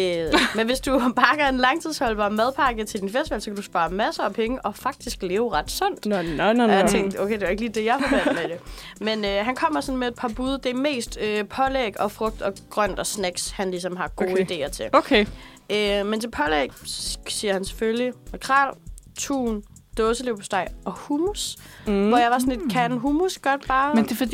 Men hvis du pakker en langtidsholdbar madpakke til din festival, så kan du spare masser af penge og faktisk leve ret sundt. Nå. Og jeg tænkte, okay, det var ikke lige det, jeg forbandt med det. Men han kommer sådan med et par bud. Det er mest pålæg og frugt og grønt og snacks, han ligesom har gode idéer til. Okay. Men til pålæg siger han selvfølgelig makrel, tun, dåseleverpostej og hummus. Hvor jeg var sådan lidt, kan hummus godt bare... Men det er fordi,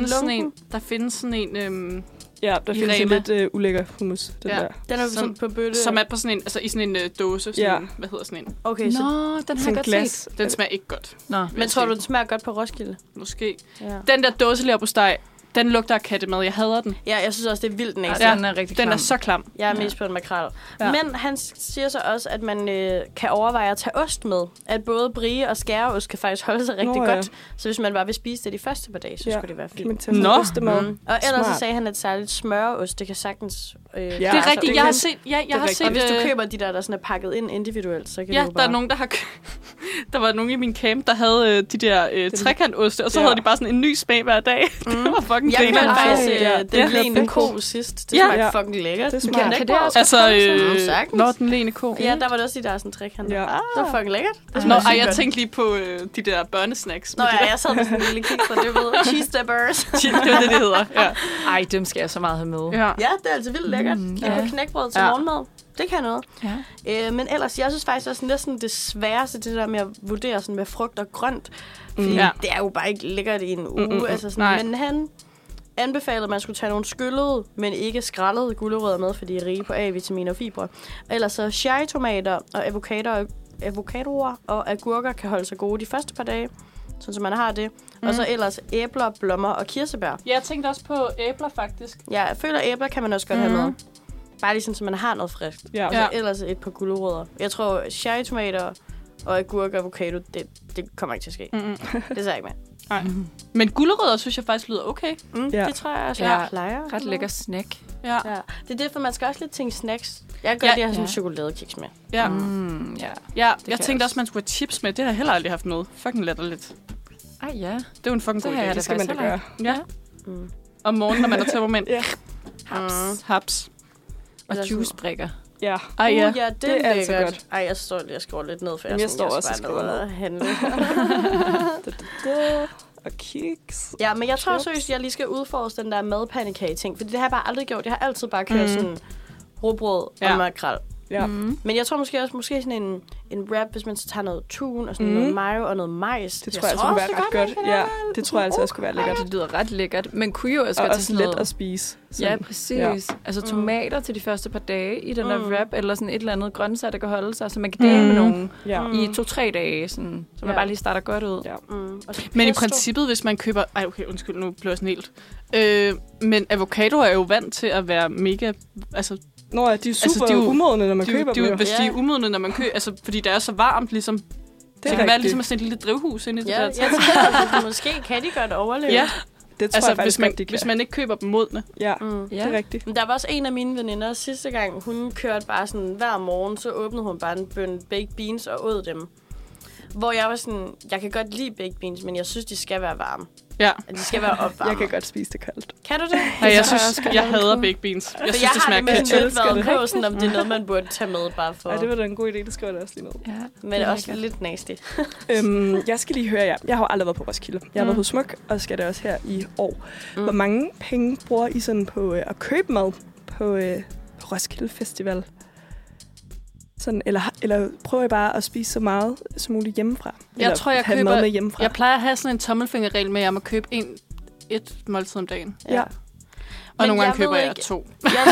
der findes sådan en... Ja, der findes en lidt ulækker hummus. Den er sådan på bøtte. Som er på sådan en, altså i sådan en dåse. Sådan, hvad hedder sådan en? Okay, så den har jeg godt set. Den smager ikke godt. Men tror du, den smager godt på Roskilde? Måske. Ja. Den der dåseleverpostej, den lugter af kattemad. Jeg hader den. Ja, jeg synes også, det er vildt næsten. Ja, den er rigtig klam. Den er så klam. Jeg er mest på en makrel. Ja. Men han siger så også, at man kan overveje at tage ost med. At både brie og skæreost kan faktisk holde sig rigtig godt. Så hvis man bare vil spise det de første par dage, så skulle det være fint. Og ellers så sagde han, at særligt smøreost, det kan sagtens... det er rigtigt. Jeg har set... Og hvis du køber de der sådan er pakket ind individuelt, så kan du bare... der er nogen, der har... Der var nogen i min camp, der havde de der trekantoste, og så havde de bare sådan en ny smag hver dag. Det var fucking jeg fandt faktisk den lene ko sidst. Det smagte fucking lækkert. Det smager kan det også når den lene ko. Ja, der var det også de der sådan trekanter. Det var fucking lækkert. Jeg tænkte lige på de der børnesnacks. Nå ja, jeg sad med sådan en lille kiks, og det ved cheese steppers. Det er det hedder. Ja. Ej, dem skal jeg så meget have med. Ja, det er altså vildt lækkert. Knækbrød til morgenmad. Det kan noget. Ja. Men ellers, jeg synes faktisk også næsten det sværeste, det der med at vurdere sådan med frugt og grønt. Fordi det er jo bare ikke lækkert i en uge. Altså sådan, men han anbefalede, at man skulle tage nogle skyllede, men ikke skrællede gulerødder med, fordi de er rige på A-vitaminer og fibre. Ellers så cherrytomater og avocadoer og agurker kan holde sig gode de første par dage, sådan så man har det. Og så ellers æbler, blommer og kirsebær. Ja, jeg tænkte også på æbler, faktisk. Ja, jeg føler, at æbler kan man også godt have med. Bare lige sådan, så man har noget frisk. Ja. Og så ellers et par gulerødder. Jeg tror, cherrytomater og agurk og avocado, det kommer ikke til at ske. Det ser jeg ikke med. Nej. Men gulerødder synes jeg faktisk lyder okay. Det tror jeg også, jeg plejer. Ret lækker snack. Ja. Det er det, for man skal også lidt tænke snacks. Jeg kan godt lide at have sådan en chokoladekiks med. Jeg tænkte også, man skulle have chips med. Det har jeg heller aldrig haft noget. Fucking latterligt. Ej ja. Det er jo en fucking god idé. Det skal man da gøre. Ja. Om morgenen, når man er tømmermænd. Haps. Og juicebrikker. Ja. Ja, det er altså godt. Ej, jeg skriver lidt ned, for jeg står også og skriver ned og handle. Og kiks. Ja, men jeg tror seriøst, jeg lige skal udforske den der madpandekage-ting, for det har jeg bare aldrig gjort. Jeg har altid bare kørt sådan rugbrød og makrel. Ja. Men jeg tror måske også sådan en wrap, hvis man så tager noget tun og sådan noget mayo og noget majs. Det tror jeg altså kunne være ret godt. Ja, det tror jeg altså også kunne være lækkert. Det lyder ret lækkert. Man kunne jo også og godt også let at spise. Sådan. Ja, præcis. Ja. Altså tomater til de første par dage i den der wrap, eller sådan et eller andet grøntsager, der kan holde sig, så man kan dage med nogen i 2-3 dage, sådan, så man bare lige starter godt ud. Ja. Men i princippet, hvis man køber... Ej, okay, undskyld, nu bliver jeg sådan helt... men avocado er jo vant til at være mega... Altså, de er super umodne, når man køber dem. Hvis de er umodne, når man køber... Altså, fordi det er så varmt, ligesom... Det kan være ligesom at sætte et lille drivhus ind i det der. Ja, måske kan de godt overleve. Ja. Det tror jeg faktisk, hvis man ikke køber dem modne. Ja, det er rigtigt. Men der var også en af mine veninder sidste gang, hun kørte bare sådan hver morgen, så åbnede hun bare en bønne baked beans og åd dem. Hvor jeg var sådan, jeg kan godt lide baked beans, men jeg synes, de skal være varme. Ja. De skal være opvarmet. Jeg kan godt spise det koldt. Kan du det? Ja, jeg hader baked beans. Jeg synes, det smager ketchup. Sådan, om det er noget, man burde tage med bare for... Ja, det var da en god idé. Det skriver jeg også lige ned. Ja, men det er også lidt nasty. Jeg skal lige høre jer. Jeg har jo aldrig været på Roskilde. Jeg har været på Smuk, og skal det også her i år. Hvor mange penge bruger I sådan på at købe mad på Roskilde Festival? Sådan, eller prøver I bare at spise så meget som muligt hjemmefra? Jeg tror, jeg køber... Mad med hjemmefra? Jeg plejer at have sådan en tommelfingerregel med, at jeg må købe et måltid om dagen. Ja. Og nogle gange køber jeg 2.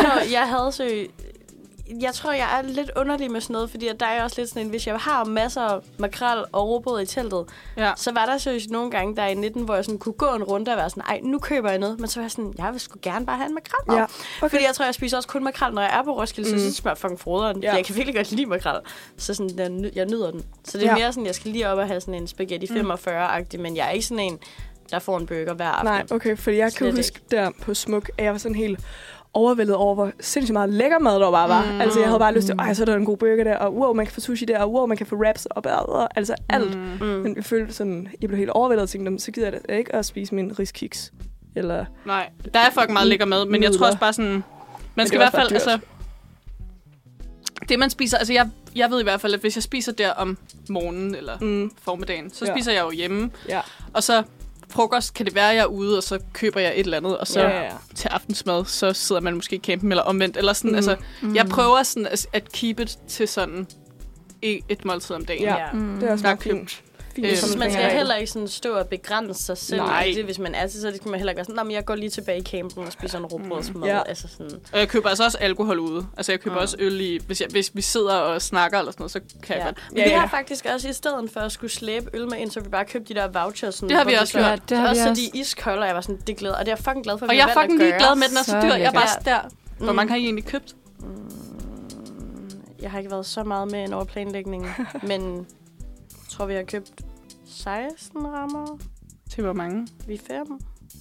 Jeg tror, jeg er lidt underlig med sådan noget, fordi der er også lidt sådan en, hvis jeg har masser af makrel og rugbrød i teltet, så var der seriøst nogle gange der i 19, hvor jeg sådan kunne gå en runde og være sådan, ej, nu køber jeg noget, men så var jeg sådan, jeg vil sgu gerne bare have en makrel. Ja, okay. Fordi jeg tror, jeg spiser også kun makrel, når jeg er på Roskilde, så det smager fucking froderen. Ja. Jeg kan virkelig godt lide makrel, så sådan, jeg nyder den. Så det er mere sådan, jeg skal lige op og have sådan en spaghetti 45-agtig, men jeg er ikke sådan en, der får en burger hver aften. Nej, okay, fordi jeg kan huske der på Smuk, at jeg var sådan helt overvældet over, hvor sindssygt meget lækker mad der bare var. Altså, jeg havde bare lyst til, så er der en god burger der, og wow, man kan få sushi der, og wow, man kan få wraps og altså alt. Men jeg følte sådan, jeg blev helt overvældet og tænkte, så gider jeg da ikke at spise min riskiks. Eller... Nej, der er fucking meget lækker mad, men jeg tror også bare sådan, man skal i hvert fald, altså... Det, man spiser, altså jeg ved i hvert fald, at hvis jeg spiser der om morgenen eller formiddagen, så spiser jeg jo hjemme. Ja. Og så frokost kan det være, at jeg er ude, og så køber jeg et eller andet, og så til aftensmad, så sidder man måske i campen eller omvendt. Eller sådan, altså, jeg prøver sådan at keep it til sådan et måltid om dagen. Ja, det er også meget fint. Man skal heller ikke sådan stå og begrænse sig selv. Det, hvis man er til, så det kan man heller ikke være sådan, jeg går lige tilbage i campen og spiser en rugbrødsmad. Ja. Altså sådan. Og jeg køber altså også alkohol ude. Altså jeg køber også øl i, hvis vi sidder og snakker eller sådan noget, så kan jeg godt. Men vi har faktisk også i stedet for at skulle slæbe øl med ind, så vi bare købte de der vouchers. Sådan, det har vi også gjort. Det har også så de iskolde, og jeg var sådan, det glæder. Og det er jeg fucking glad for, og jeg er fucking lige glad med, den er så dyr. Jeg er bare der. Hvor mange har I egentlig købt? Jeg har ikke været så meget med over planlægningen, men jeg tror, vi har købt 16 rammer. Til hvor mange? Vi er 5.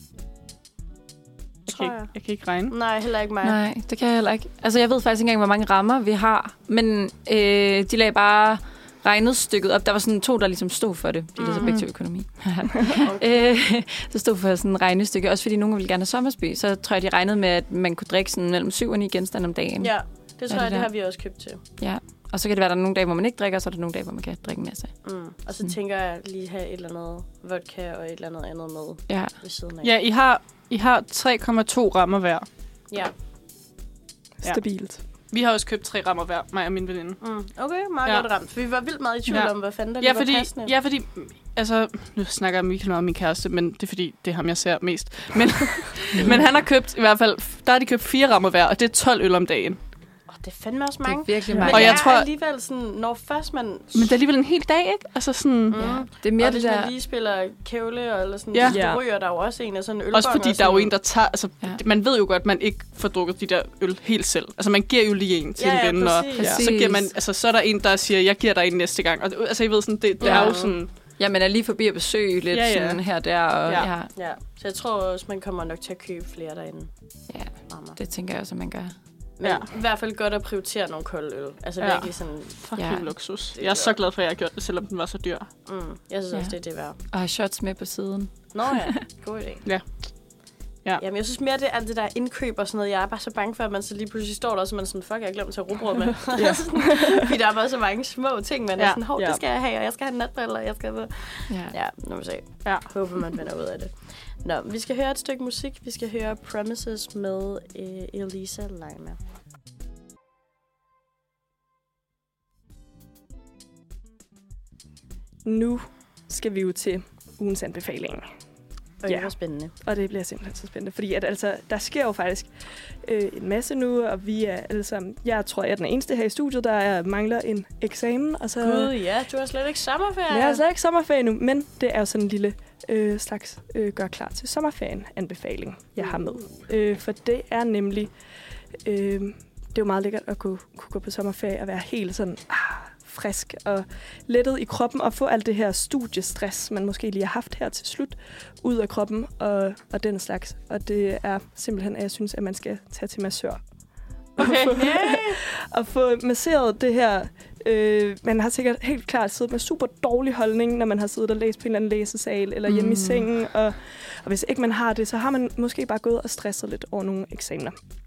Jeg kan ikke regne. Nej, heller ikke mig. Nej, det kan jeg heller ikke. Altså, jeg ved faktisk ikke engang, hvor mange rammer vi har. Men de lagde bare regnestykket op. Der var sådan 2, der ligesom stod for det. De er så begge til økonomi. Så stod for sådan en regnestykke. Også fordi nogen ville gerne have sommersby. Så tror jeg, de regnede med, at man kunne drikke sådan mellem 7 og 9 genstande om dagen. Ja, det tror jeg, det har vi også købt til. Ja. Og så kan det være, at der er nogle dage, hvor man ikke drikker, og så er der nogle dage, hvor man kan drikke en masse. Og så tænker jeg lige have et eller andet vodka og et eller andet andet med ved siden af. Ja, I har 3,2 rammer hver. Ja. Stabilt. Vi har også købt 3 rammer hver, mig og min veninde. Okay, meget godt ramt. For vi var vildt meget i tvivl om, hvad fanden der var passende. Ja, fordi... Altså, nu snakker jeg virkelig meget om min kæreste, men det er fordi, det er ham, jeg ser mest. Men han har købt, i hvert fald... Der har de købt 4 rammer hver, og det er 12 øl om dagen. Det er fandme også mange. Det er virkelig mange. Men jeg tror alligevel sådan, når først man... Men det er alligevel en hel dag, ikke? Altså sådan... Det er mere og det hvis der... man lige spiller kævle, eller sådan, så ryger der jo også en af sådan en ølbong. Også fordi der er jo en, der tager... Altså, man ved jo godt, at man ikke får drukket de der øl helt selv. Altså, man giver jo lige en til en ven, og så giver man... Altså, så er der en, der siger, jeg giver dig en næste gang. Og, altså, jeg ved sådan, det er jo sådan... Ja, man er lige forbi at besøge lidt sådan her og der. Og, ja. Så jeg tror også, man kommer nok til at købe flere derinde. Ja, det tænker jeg også, at man gør. Men i hvert fald godt at prioritere nogle kolde øl. Altså virkelig sådan... Fucking luksus. Jeg er så glad for, at jeg har gjort det, selvom den var så dyr. Jeg synes også, det er det værd. Og have shots med på siden. Nå ja, god idé. Ja. Jamen, jeg synes mere, det er alt det der indkøb og sådan noget. Jeg er bare så bange for, at man så lige pludselig står der, så man sådan, fuck, jeg har glemt at tage rugbrød med. Fordi der er bare så mange små ting, man er sådan, hov, det skal jeg have, og jeg skal have natbriller, jeg skal have... Ja, nu må vi se. Håber, man finder ud af det. Nå, vi skal høre et stykke musik. Vi skal høre Promises med Elisa Lima. nu skal vi jo til ugens anbefaling. Og det er spændende. Og det bliver simpelthen så spændende, fordi at, altså, der sker jo faktisk en masse nu, og vi er alle sammen... Jeg tror, jeg er den eneste her i studiet, der mangler en eksamen. Og så, Gud, ja, du har slet ikke sommerferie. Jeg har slet ikke sommerferie nu, men det er jo sådan en lille slags gør klar til sommerferien-anbefaling, jeg har med. For det er nemlig... det er jo meget lækkert at kunne gå på sommerferie og være helt sådan... frisk og lettet i kroppen og få alt det her studiestress, man måske lige har haft her til slut, ud af kroppen og den slags. Og det er simpelthen, at jeg synes, at man skal tage til massør. Okay. Og få masseret det her. Man har sikkert helt klart siddet med super dårlig holdning, når man har siddet og læst på en eller anden læsesal eller hjemme i sengen. Og hvis ikke man har det, så har man måske bare gået og stresset lidt over nogle eksamener.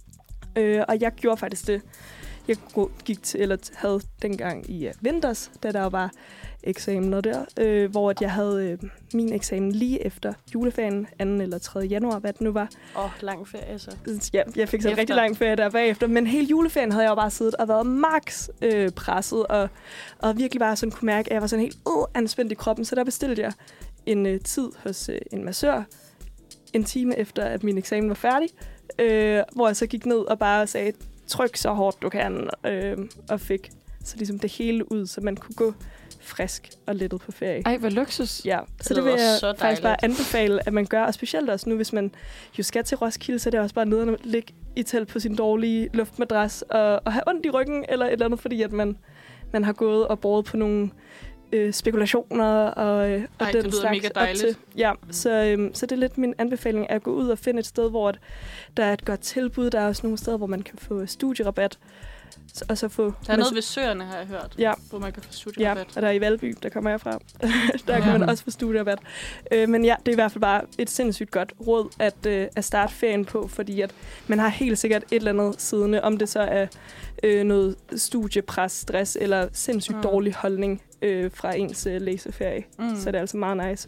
Og jeg gjorde faktisk det. Jeg gik til, eller havde dengang i vinters, da der var eksamener der, hvor jeg havde min eksamen lige efter juleferien, 2. eller 3. januar, hvad det nu var. Lang ferie så. Ja, jeg fik så en rigtig lang ferie der bagefter, men hele juleferien havde jeg jo bare siddet og været max presset, og virkelig bare sådan kunne mærke, at jeg var sådan helt anspændt i kroppen, så der bestilte jeg en tid hos en massør, en time efter, at min eksamen var færdig, hvor jeg så gik ned og bare sagde, tryk så hårdt du kan, og fik så ligesom det hele ud, så man kunne gå frisk og lettet på ferie. Ej, hvor luksus. Ja, så det vil jeg faktisk bare anbefale, at man gør, og specielt også nu, hvis man jo skal til Roskilde, så er det også bare nede at ligge i telt på sin dårlige luftmadras og have ondt i ryggen, eller et eller andet, fordi at man har gået og båret på nogle spekulationer og den slags. Det lyder mega dejligt. Ja, så det er lidt min anbefaling at gå ud og finde et sted, hvor der er et godt tilbud. Der er også nogle steder, hvor man kan få studierabat. Og så få der er noget ved Søerne, har jeg hørt, ja, hvor man kan få studierabat. Ja, og der er i Valby, der kommer jeg fra. Der kan man også få studierabat. Men ja, det er i hvert fald bare et sindssygt godt råd at starte ferien på, fordi at man har helt sikkert et eller andet siddende, om det så er noget studiepres, stress eller sindssygt dårlig holdning fra ens læseferie. Så det er altså meget nice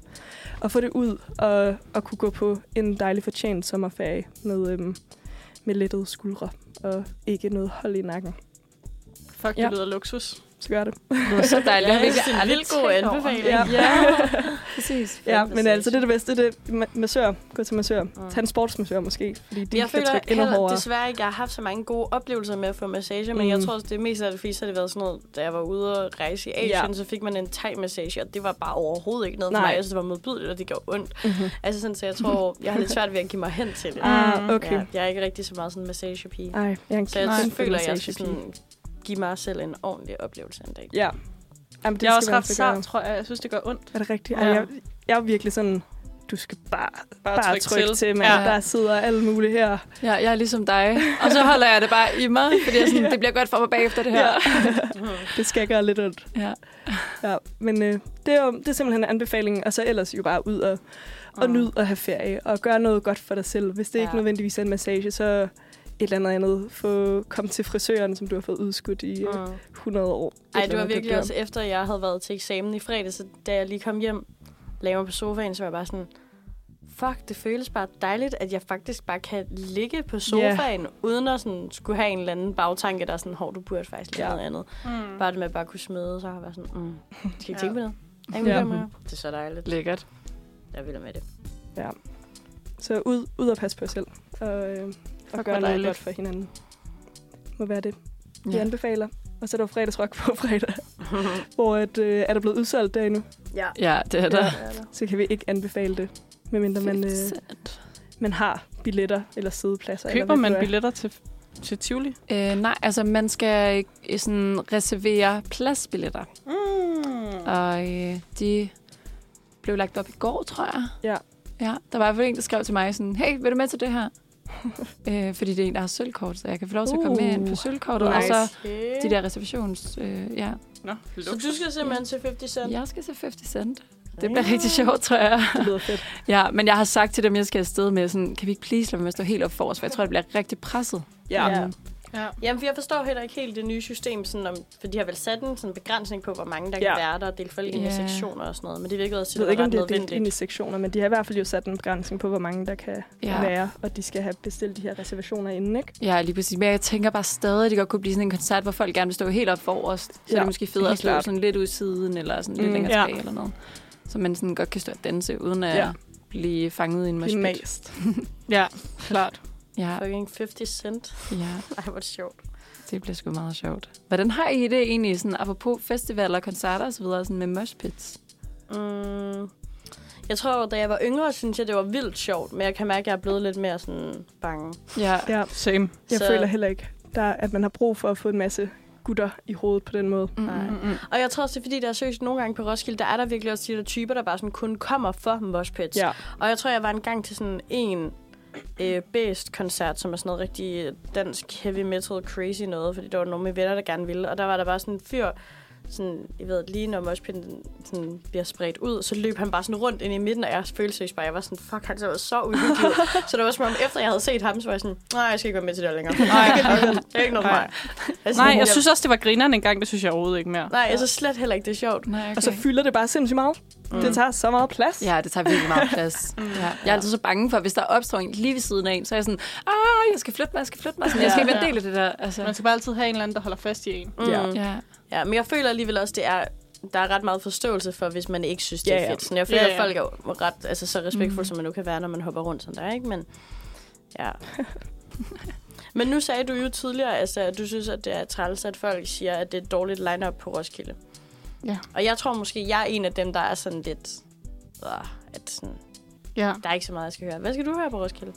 at få det ud og kunne gå på en dejlig fortjent sommerferie med lettede skuldre og ikke noget hold i nakken. Fuck, det lyder luksus. Så gør det. Det er så dejligt. Ja, det er en vildt god anbefaling. Ja. Præcis. Ja, men altså det er det bedste. Det er massør. Gå til massør. Tag en sportsmassør måske, fordi de jeg kan trykke endnu hårdere. Desværre ikke, jeg har haft så mange gode oplevelser med at få massage, men jeg tror også, det er mest af det, fordi så har det været sådan noget, da jeg var ude og rejse i Asien, så fik man en thai-massage, og det var bare overhovedet ikke noget for mig. Jeg synes, det var modbydeligt, og det gjorde ondt. Altså sådan, så jeg tror, jeg har lidt svært ved at give mig hen til det. Okay. Ja, jeg er ikke rigtig så meget sådan en massagepige. Så jeg føler, at jeg skal sådan give mig selv en ordentlig oplevelse en dag. Ja. Jamen, det jeg er også ret sart, tror jeg. Jeg synes, det gør ondt. Er det rigtigt? Ja. Jeg er virkelig sådan, du skal bare trykke til, men der sidder alle mulige her. Ja, jeg er ligesom dig. Og så holder jeg det bare i mig, fordi jeg sådan, det bliver godt for mig bagefter det her. Ja. Det skal gøre lidt ondt. Ja. Men det er simpelthen anbefalingen, og så ellers jo bare ud og nyde at have ferie, og gøre noget godt for dig selv. Hvis det ikke nødvendigvis er en massage, så et eller andet komme til frisøren, som du har fået udskudt i 100 år. Ej, det var virkelig også efter, jeg havde været til eksamen i fredag, så da jeg lige kom hjem, lagde mig på sofaen, så var jeg bare sådan, fuck, det føles bare dejligt, at jeg faktisk bare kan ligge på sofaen, uden at sådan, skulle have en eller anden bagtanke, der er sådan, du burde faktisk lave noget andet. Bare det med at bare kunne smide, så har jeg været sådan, skal ikke tænke på noget? Det er så dejligt. Lækkert. Jeg vil med det. Ja. Så ud og passe på jer selv. Og gøre noget godt for hinanden. Må være det. Vi anbefaler. Og så er der fredagsrock på fredag. Hvor er der blevet udsolgt der endnu. Ja, det er der. Ja. Så kan vi ikke anbefale det. Medmindre man har billetter eller siddepladser. Køber man billetter til Tivoli? Nej, altså man skal sådan reservere pladsbilletter. Og de blev lagt op i går, tror jeg. Ja, der var i hvert fald en, der skrev til mig sådan, hey, vil du med til det her? Fordi det er en, der har sølvkort, så jeg kan få lov til at komme med ind på sølvkortet. Nice. Og så de der reservations... Nå, så du skal simpelthen til 50 Cent? Jeg skal til 50 Cent. Det bliver rigtig sjovt, tror jeg. Det lyder fedt. Ja, men jeg har sagt til dem, jeg skal afsted med, sådan, kan vi ikke please lade mig stå helt op for os, for jeg tror, det bliver rigtig presset. Ja. Ja. Jamen, for jeg forstår heller ikke helt det nye system, sådan for de har vel sat en sådan begrænsning på, hvor mange der kan være der, og delt folk ind i sektioner og sådan noget, men det virker også ret nødvendigt. Jeg ved ikke, om det er delt ind i sektioner, men de har i hvert fald jo sat en begrænsning på, hvor mange der kan være, og de skal have bestilt de her reservationer inden, ikke? Ja, lige præcis. Men jeg tænker bare stadig, at det godt kunne blive sådan en koncert, hvor folk gerne vil stå helt op forrest, så det er måske federe at stå sådan lidt ud i siden, eller sådan lidt længere tilbage eller noget. Så man sådan godt kan stå og danse, uden at blive fanget i en moshpit. Ja, klart. Ja. Fucking 50 Cent. Ja. Ej, hvor det sjovt. Det bliver sgu meget sjovt. Hvordan har I det egentlig, sådan, apropos festivaler, koncerter og så videre, sådan med moshpits? Jeg tror, da jeg var yngre, synes jeg, det var vildt sjovt, men jeg kan mærke, at jeg er blevet lidt mere sådan bange. Ja. Same. Jeg føler heller ikke, at man har brug for at få en masse gutter i hovedet på den måde. Og jeg tror også, det er fordi, der er seriøst nogle gange på Roskilde, der er der virkelig også de der typer, der bare sådan kun kommer for moshpits. Ja. Og jeg tror, jeg var en gang til sådan en Bæst-koncert, som er sådan noget rigtig dansk heavy metal crazy noget, fordi der var nogle af mine venner, der gerne ville. Og der var der bare sådan en fyr, sådan, jeg ved, lige når moshpitten sådan bliver spredt ud, så løb han bare sådan rundt ind i midten, og jeg følte seriøst bare, jeg var sådan, fuck, han så uhyggelig. Så det var som om, efter jeg havde set ham, så var jeg sådan, nej, jeg skal ikke være med til det længere. Nej, det er ikke noget for mig. Nej, jeg synes også, det var grineren en gang, det synes jeg overhovedet ikke mere. Nej, jeg synes slet heller ikke, det er sjovt. Nej, okay. Og så fylder det bare sindssygt meget. Det tager så meget plads. Ja, det tager virkelig meget plads. Ja. Jeg er altid så bange for, hvis der opstår en lige ved siden af en, så er jeg sådan, jeg skal flytte mig. Sådan, jeg skal ikke være en del af det der. Altså. Man skal bare altid have en eller anden, der holder fast i en. Ja, men jeg føler alligevel også, der er ret meget forståelse for, hvis man ikke synes, det er fedt. Så jeg føler, at folk er ret så respektfulde, som man nu kan være, når man hopper rundt sådan der, ikke? Men ja. Men nu sagde du jo tidligere, altså, at du synes, at det er træls, at folk siger, at det er et dårligt line-up på Roskilde. Ja. Og jeg tror måske, jeg er en af dem, der er sådan lidt... at sådan, der er ikke så meget, jeg skal høre. Hvad skal du høre på Roskilde?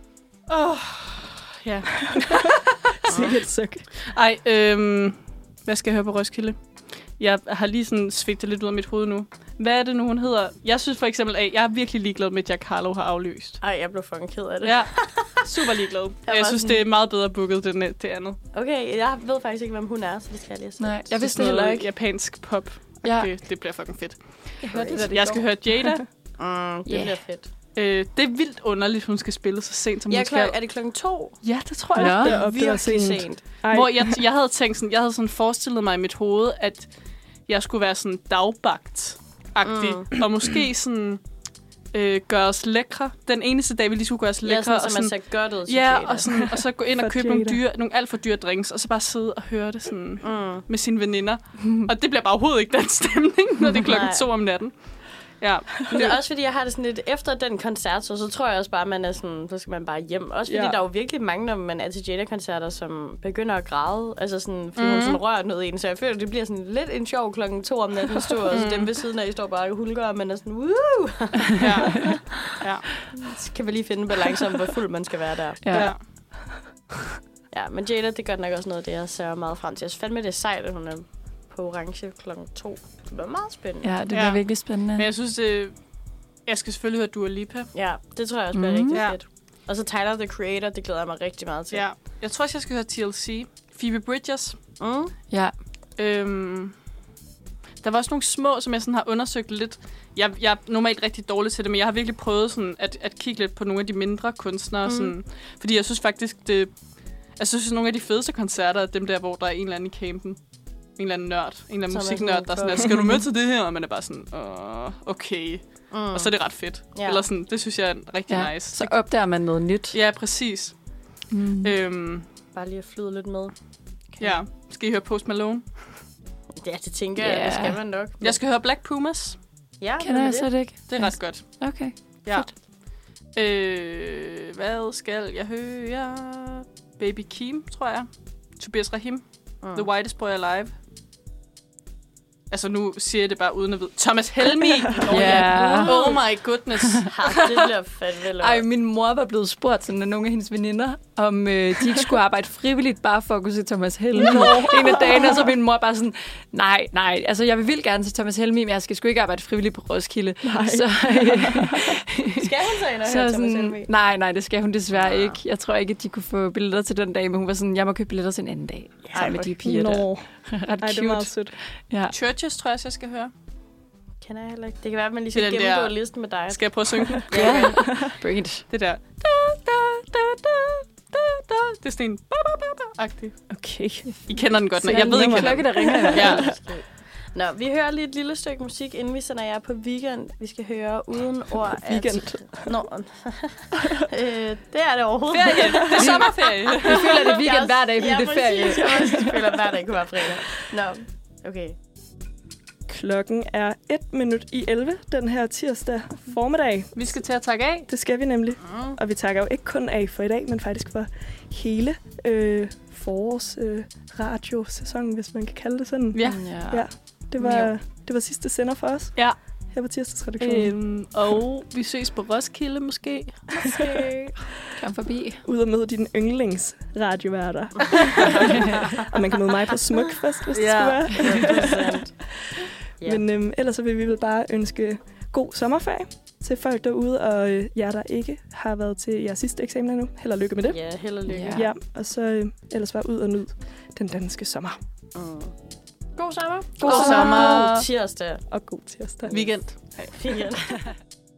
Ja. Sikkert søg. Ej, hvad skal jeg høre på Roskilde? Jeg har lige sådan svigtet lidt ud af mit hoved nu. Hvad er det nu, hun hedder? Jeg synes for eksempel, at jeg er virkelig ligeglad med, at Jack Harlow har aflyst. Ej, jeg blev fucking ked af det. Ja, super ligeglad. Jeg synes, det er meget bedre booket end det andet. Okay, jeg ved faktisk ikke, hvem hun er, så det skal jeg lige se. Nej, jeg vidste heller ikke. Japansk pop. Ja. Det bliver fucking fedt. Jeg skal høre Jada. Det bliver fedt. Det er vildt underligt, hun skal spille så sent, som hun skal. Er det 2:00? Ja, det tror jeg. Det er virkelig sent. Hvor jeg havde tænkt sådan, jeg havde sådan forestillet mig i mit hoved, at jeg skulle være sådan dagbagt-agtig, og måske sådan gøre os lækre. Den eneste dag, vi lige skulle gøre os lækre. Ja, sådan, så man ser godt ud til og så gå ind og købe nogle alt for dyre drinks, og så bare sidde og høre det sådan med sine veninder. Og det bliver bare overhovedet ikke den stemning, når det er 2:00 om natten. Ja. Men det er også fordi, jeg har det sådan lidt efter den koncert, så tror jeg også bare, man er sådan, så skal man bare hjem. Også fordi der er jo virkelig mange, når man er til Jada-koncerter, som begynder at græde. Altså sådan, fordi hun sådan rører noget i en. Så jeg føler, det bliver sådan lidt en sjov 2:00 om natten stå, og så dem ved siden af, I står bare og hulker, og man er sådan, woo! Ja. Så kan vi lige finde en balance om, hvor fuld man skal være der. Ja, men Jada, det gør nok også noget, det jeg ser meget frem til. Jeg synes fandme, det er sejt, at hun er på orange 2:00. Det bliver meget spændende. Ja, det bliver virkelig spændende. Men jeg synes, jeg skal selvfølgelig høre Dua Lipa. Ja, det tror jeg også bliver rigtig fedt. Og så Tyler, the Creator, det glæder jeg mig rigtig meget til. Ja, jeg tror også, jeg skal høre TLC. Phoebe Bridgers. Ja. Der var også nogle små, som jeg sådan har undersøgt lidt. Jeg er normalt rigtig dårlig til det, men jeg har virkelig prøvet sådan at kigge lidt på nogle af de mindre kunstnere. Sådan, fordi jeg synes faktisk, jeg synes, nogle af de fedeste koncerter er dem der, hvor der er en eller anden i campen. En eller anden nørd. En eller anden musiknørd, der er sådan, skal du med til det her? Og man er bare sådan, okay. Og så er det ret fedt. Ja. Eller sådan, det synes jeg er rigtig nice. Så opdager man noget nyt. Ja, præcis. Bare lige at flyde lidt med. Okay. Ja. Skal I høre Post Malone? Ja, det tænker jeg. Det skal man nok. Jeg skal høre Black Pumas. Ja, kender jeg så det ikke? Det er ret godt. Okay, ja. Hvad skal jeg høre? Baby Keem, tror jeg. Tobias Rahim. The Whitest Boy Alive. Altså, nu siger jeg det bare uden at vide. Thomas Helmig! Oh my goodness. Det bliver fedt vel. Ej, min mor var blevet spurgt sådan, af nogle af hendes veninder, om de ikke skulle arbejde frivilligt, bare for at kunne se Thomas Helmig. En af dagene, og så min mor bare sådan, nej, altså jeg vil vildt gerne se Thomas Helmig, men jeg skal sgu ikke arbejde frivilligt på Roskilde. Så, skal hun så ind og høre Thomas Helmig? Nej, det skal hun desværre ikke. Jeg tror ikke, at de kunne få billetter til den dag, men hun var sådan, jeg må købe billetter til en anden dag. Sammen med de piger der. Ret cute. Det er meget sødt. Ja. Churches, tror jeg skal høre. Kender jeg heller ikke. Det kan være, at man lige skal gennemgå listen med dig. Skal jeg prøve at synge den? Bring it. Det der. Det er sådan en... agtigt. Okay. I kender den godt, når jeg ved ikke, klokke, der ringer. Ja. Nå, vi hører lige et lille stykke musik, inden vi sender jer på weekend. Vi skal høre uden ord Weekend. Nå, det er det overhovedet. Ferie. Det er sommerferie. Vi føler, det er weekend hver dag, fordi det er ferie. Jeg føler, hver dag kunne være fredag. Nå, okay. Klokken er 11:01 den her tirsdag formiddag. Vi skal til at takke af. Det skal vi nemlig. Og vi takker jo ikke kun af for i dag, men faktisk for hele forårs radiosæsonen, hvis man kan kalde det sådan. Ja. Det var sidste sender for os. Ja. Her på tirsdagsredaktionen. Og vi ses på Roskilde måske. Kom forbi. Ud og møde dine yndlingsradioværter. Og man kan møde mig på Smukfest, hvis det skulle være. Men ellers så vil vi vel bare ønske god sommerferie til folk derude, og jer, der ikke har været til jeres sidste eksamen endnu. Held og lykke med det. Ja, held og lykke. Ja, og så ellers bare ud og nyde den danske sommer. God sommer. God sommer. God tirsdag. Og god tirsdag. Weekend. Weekend.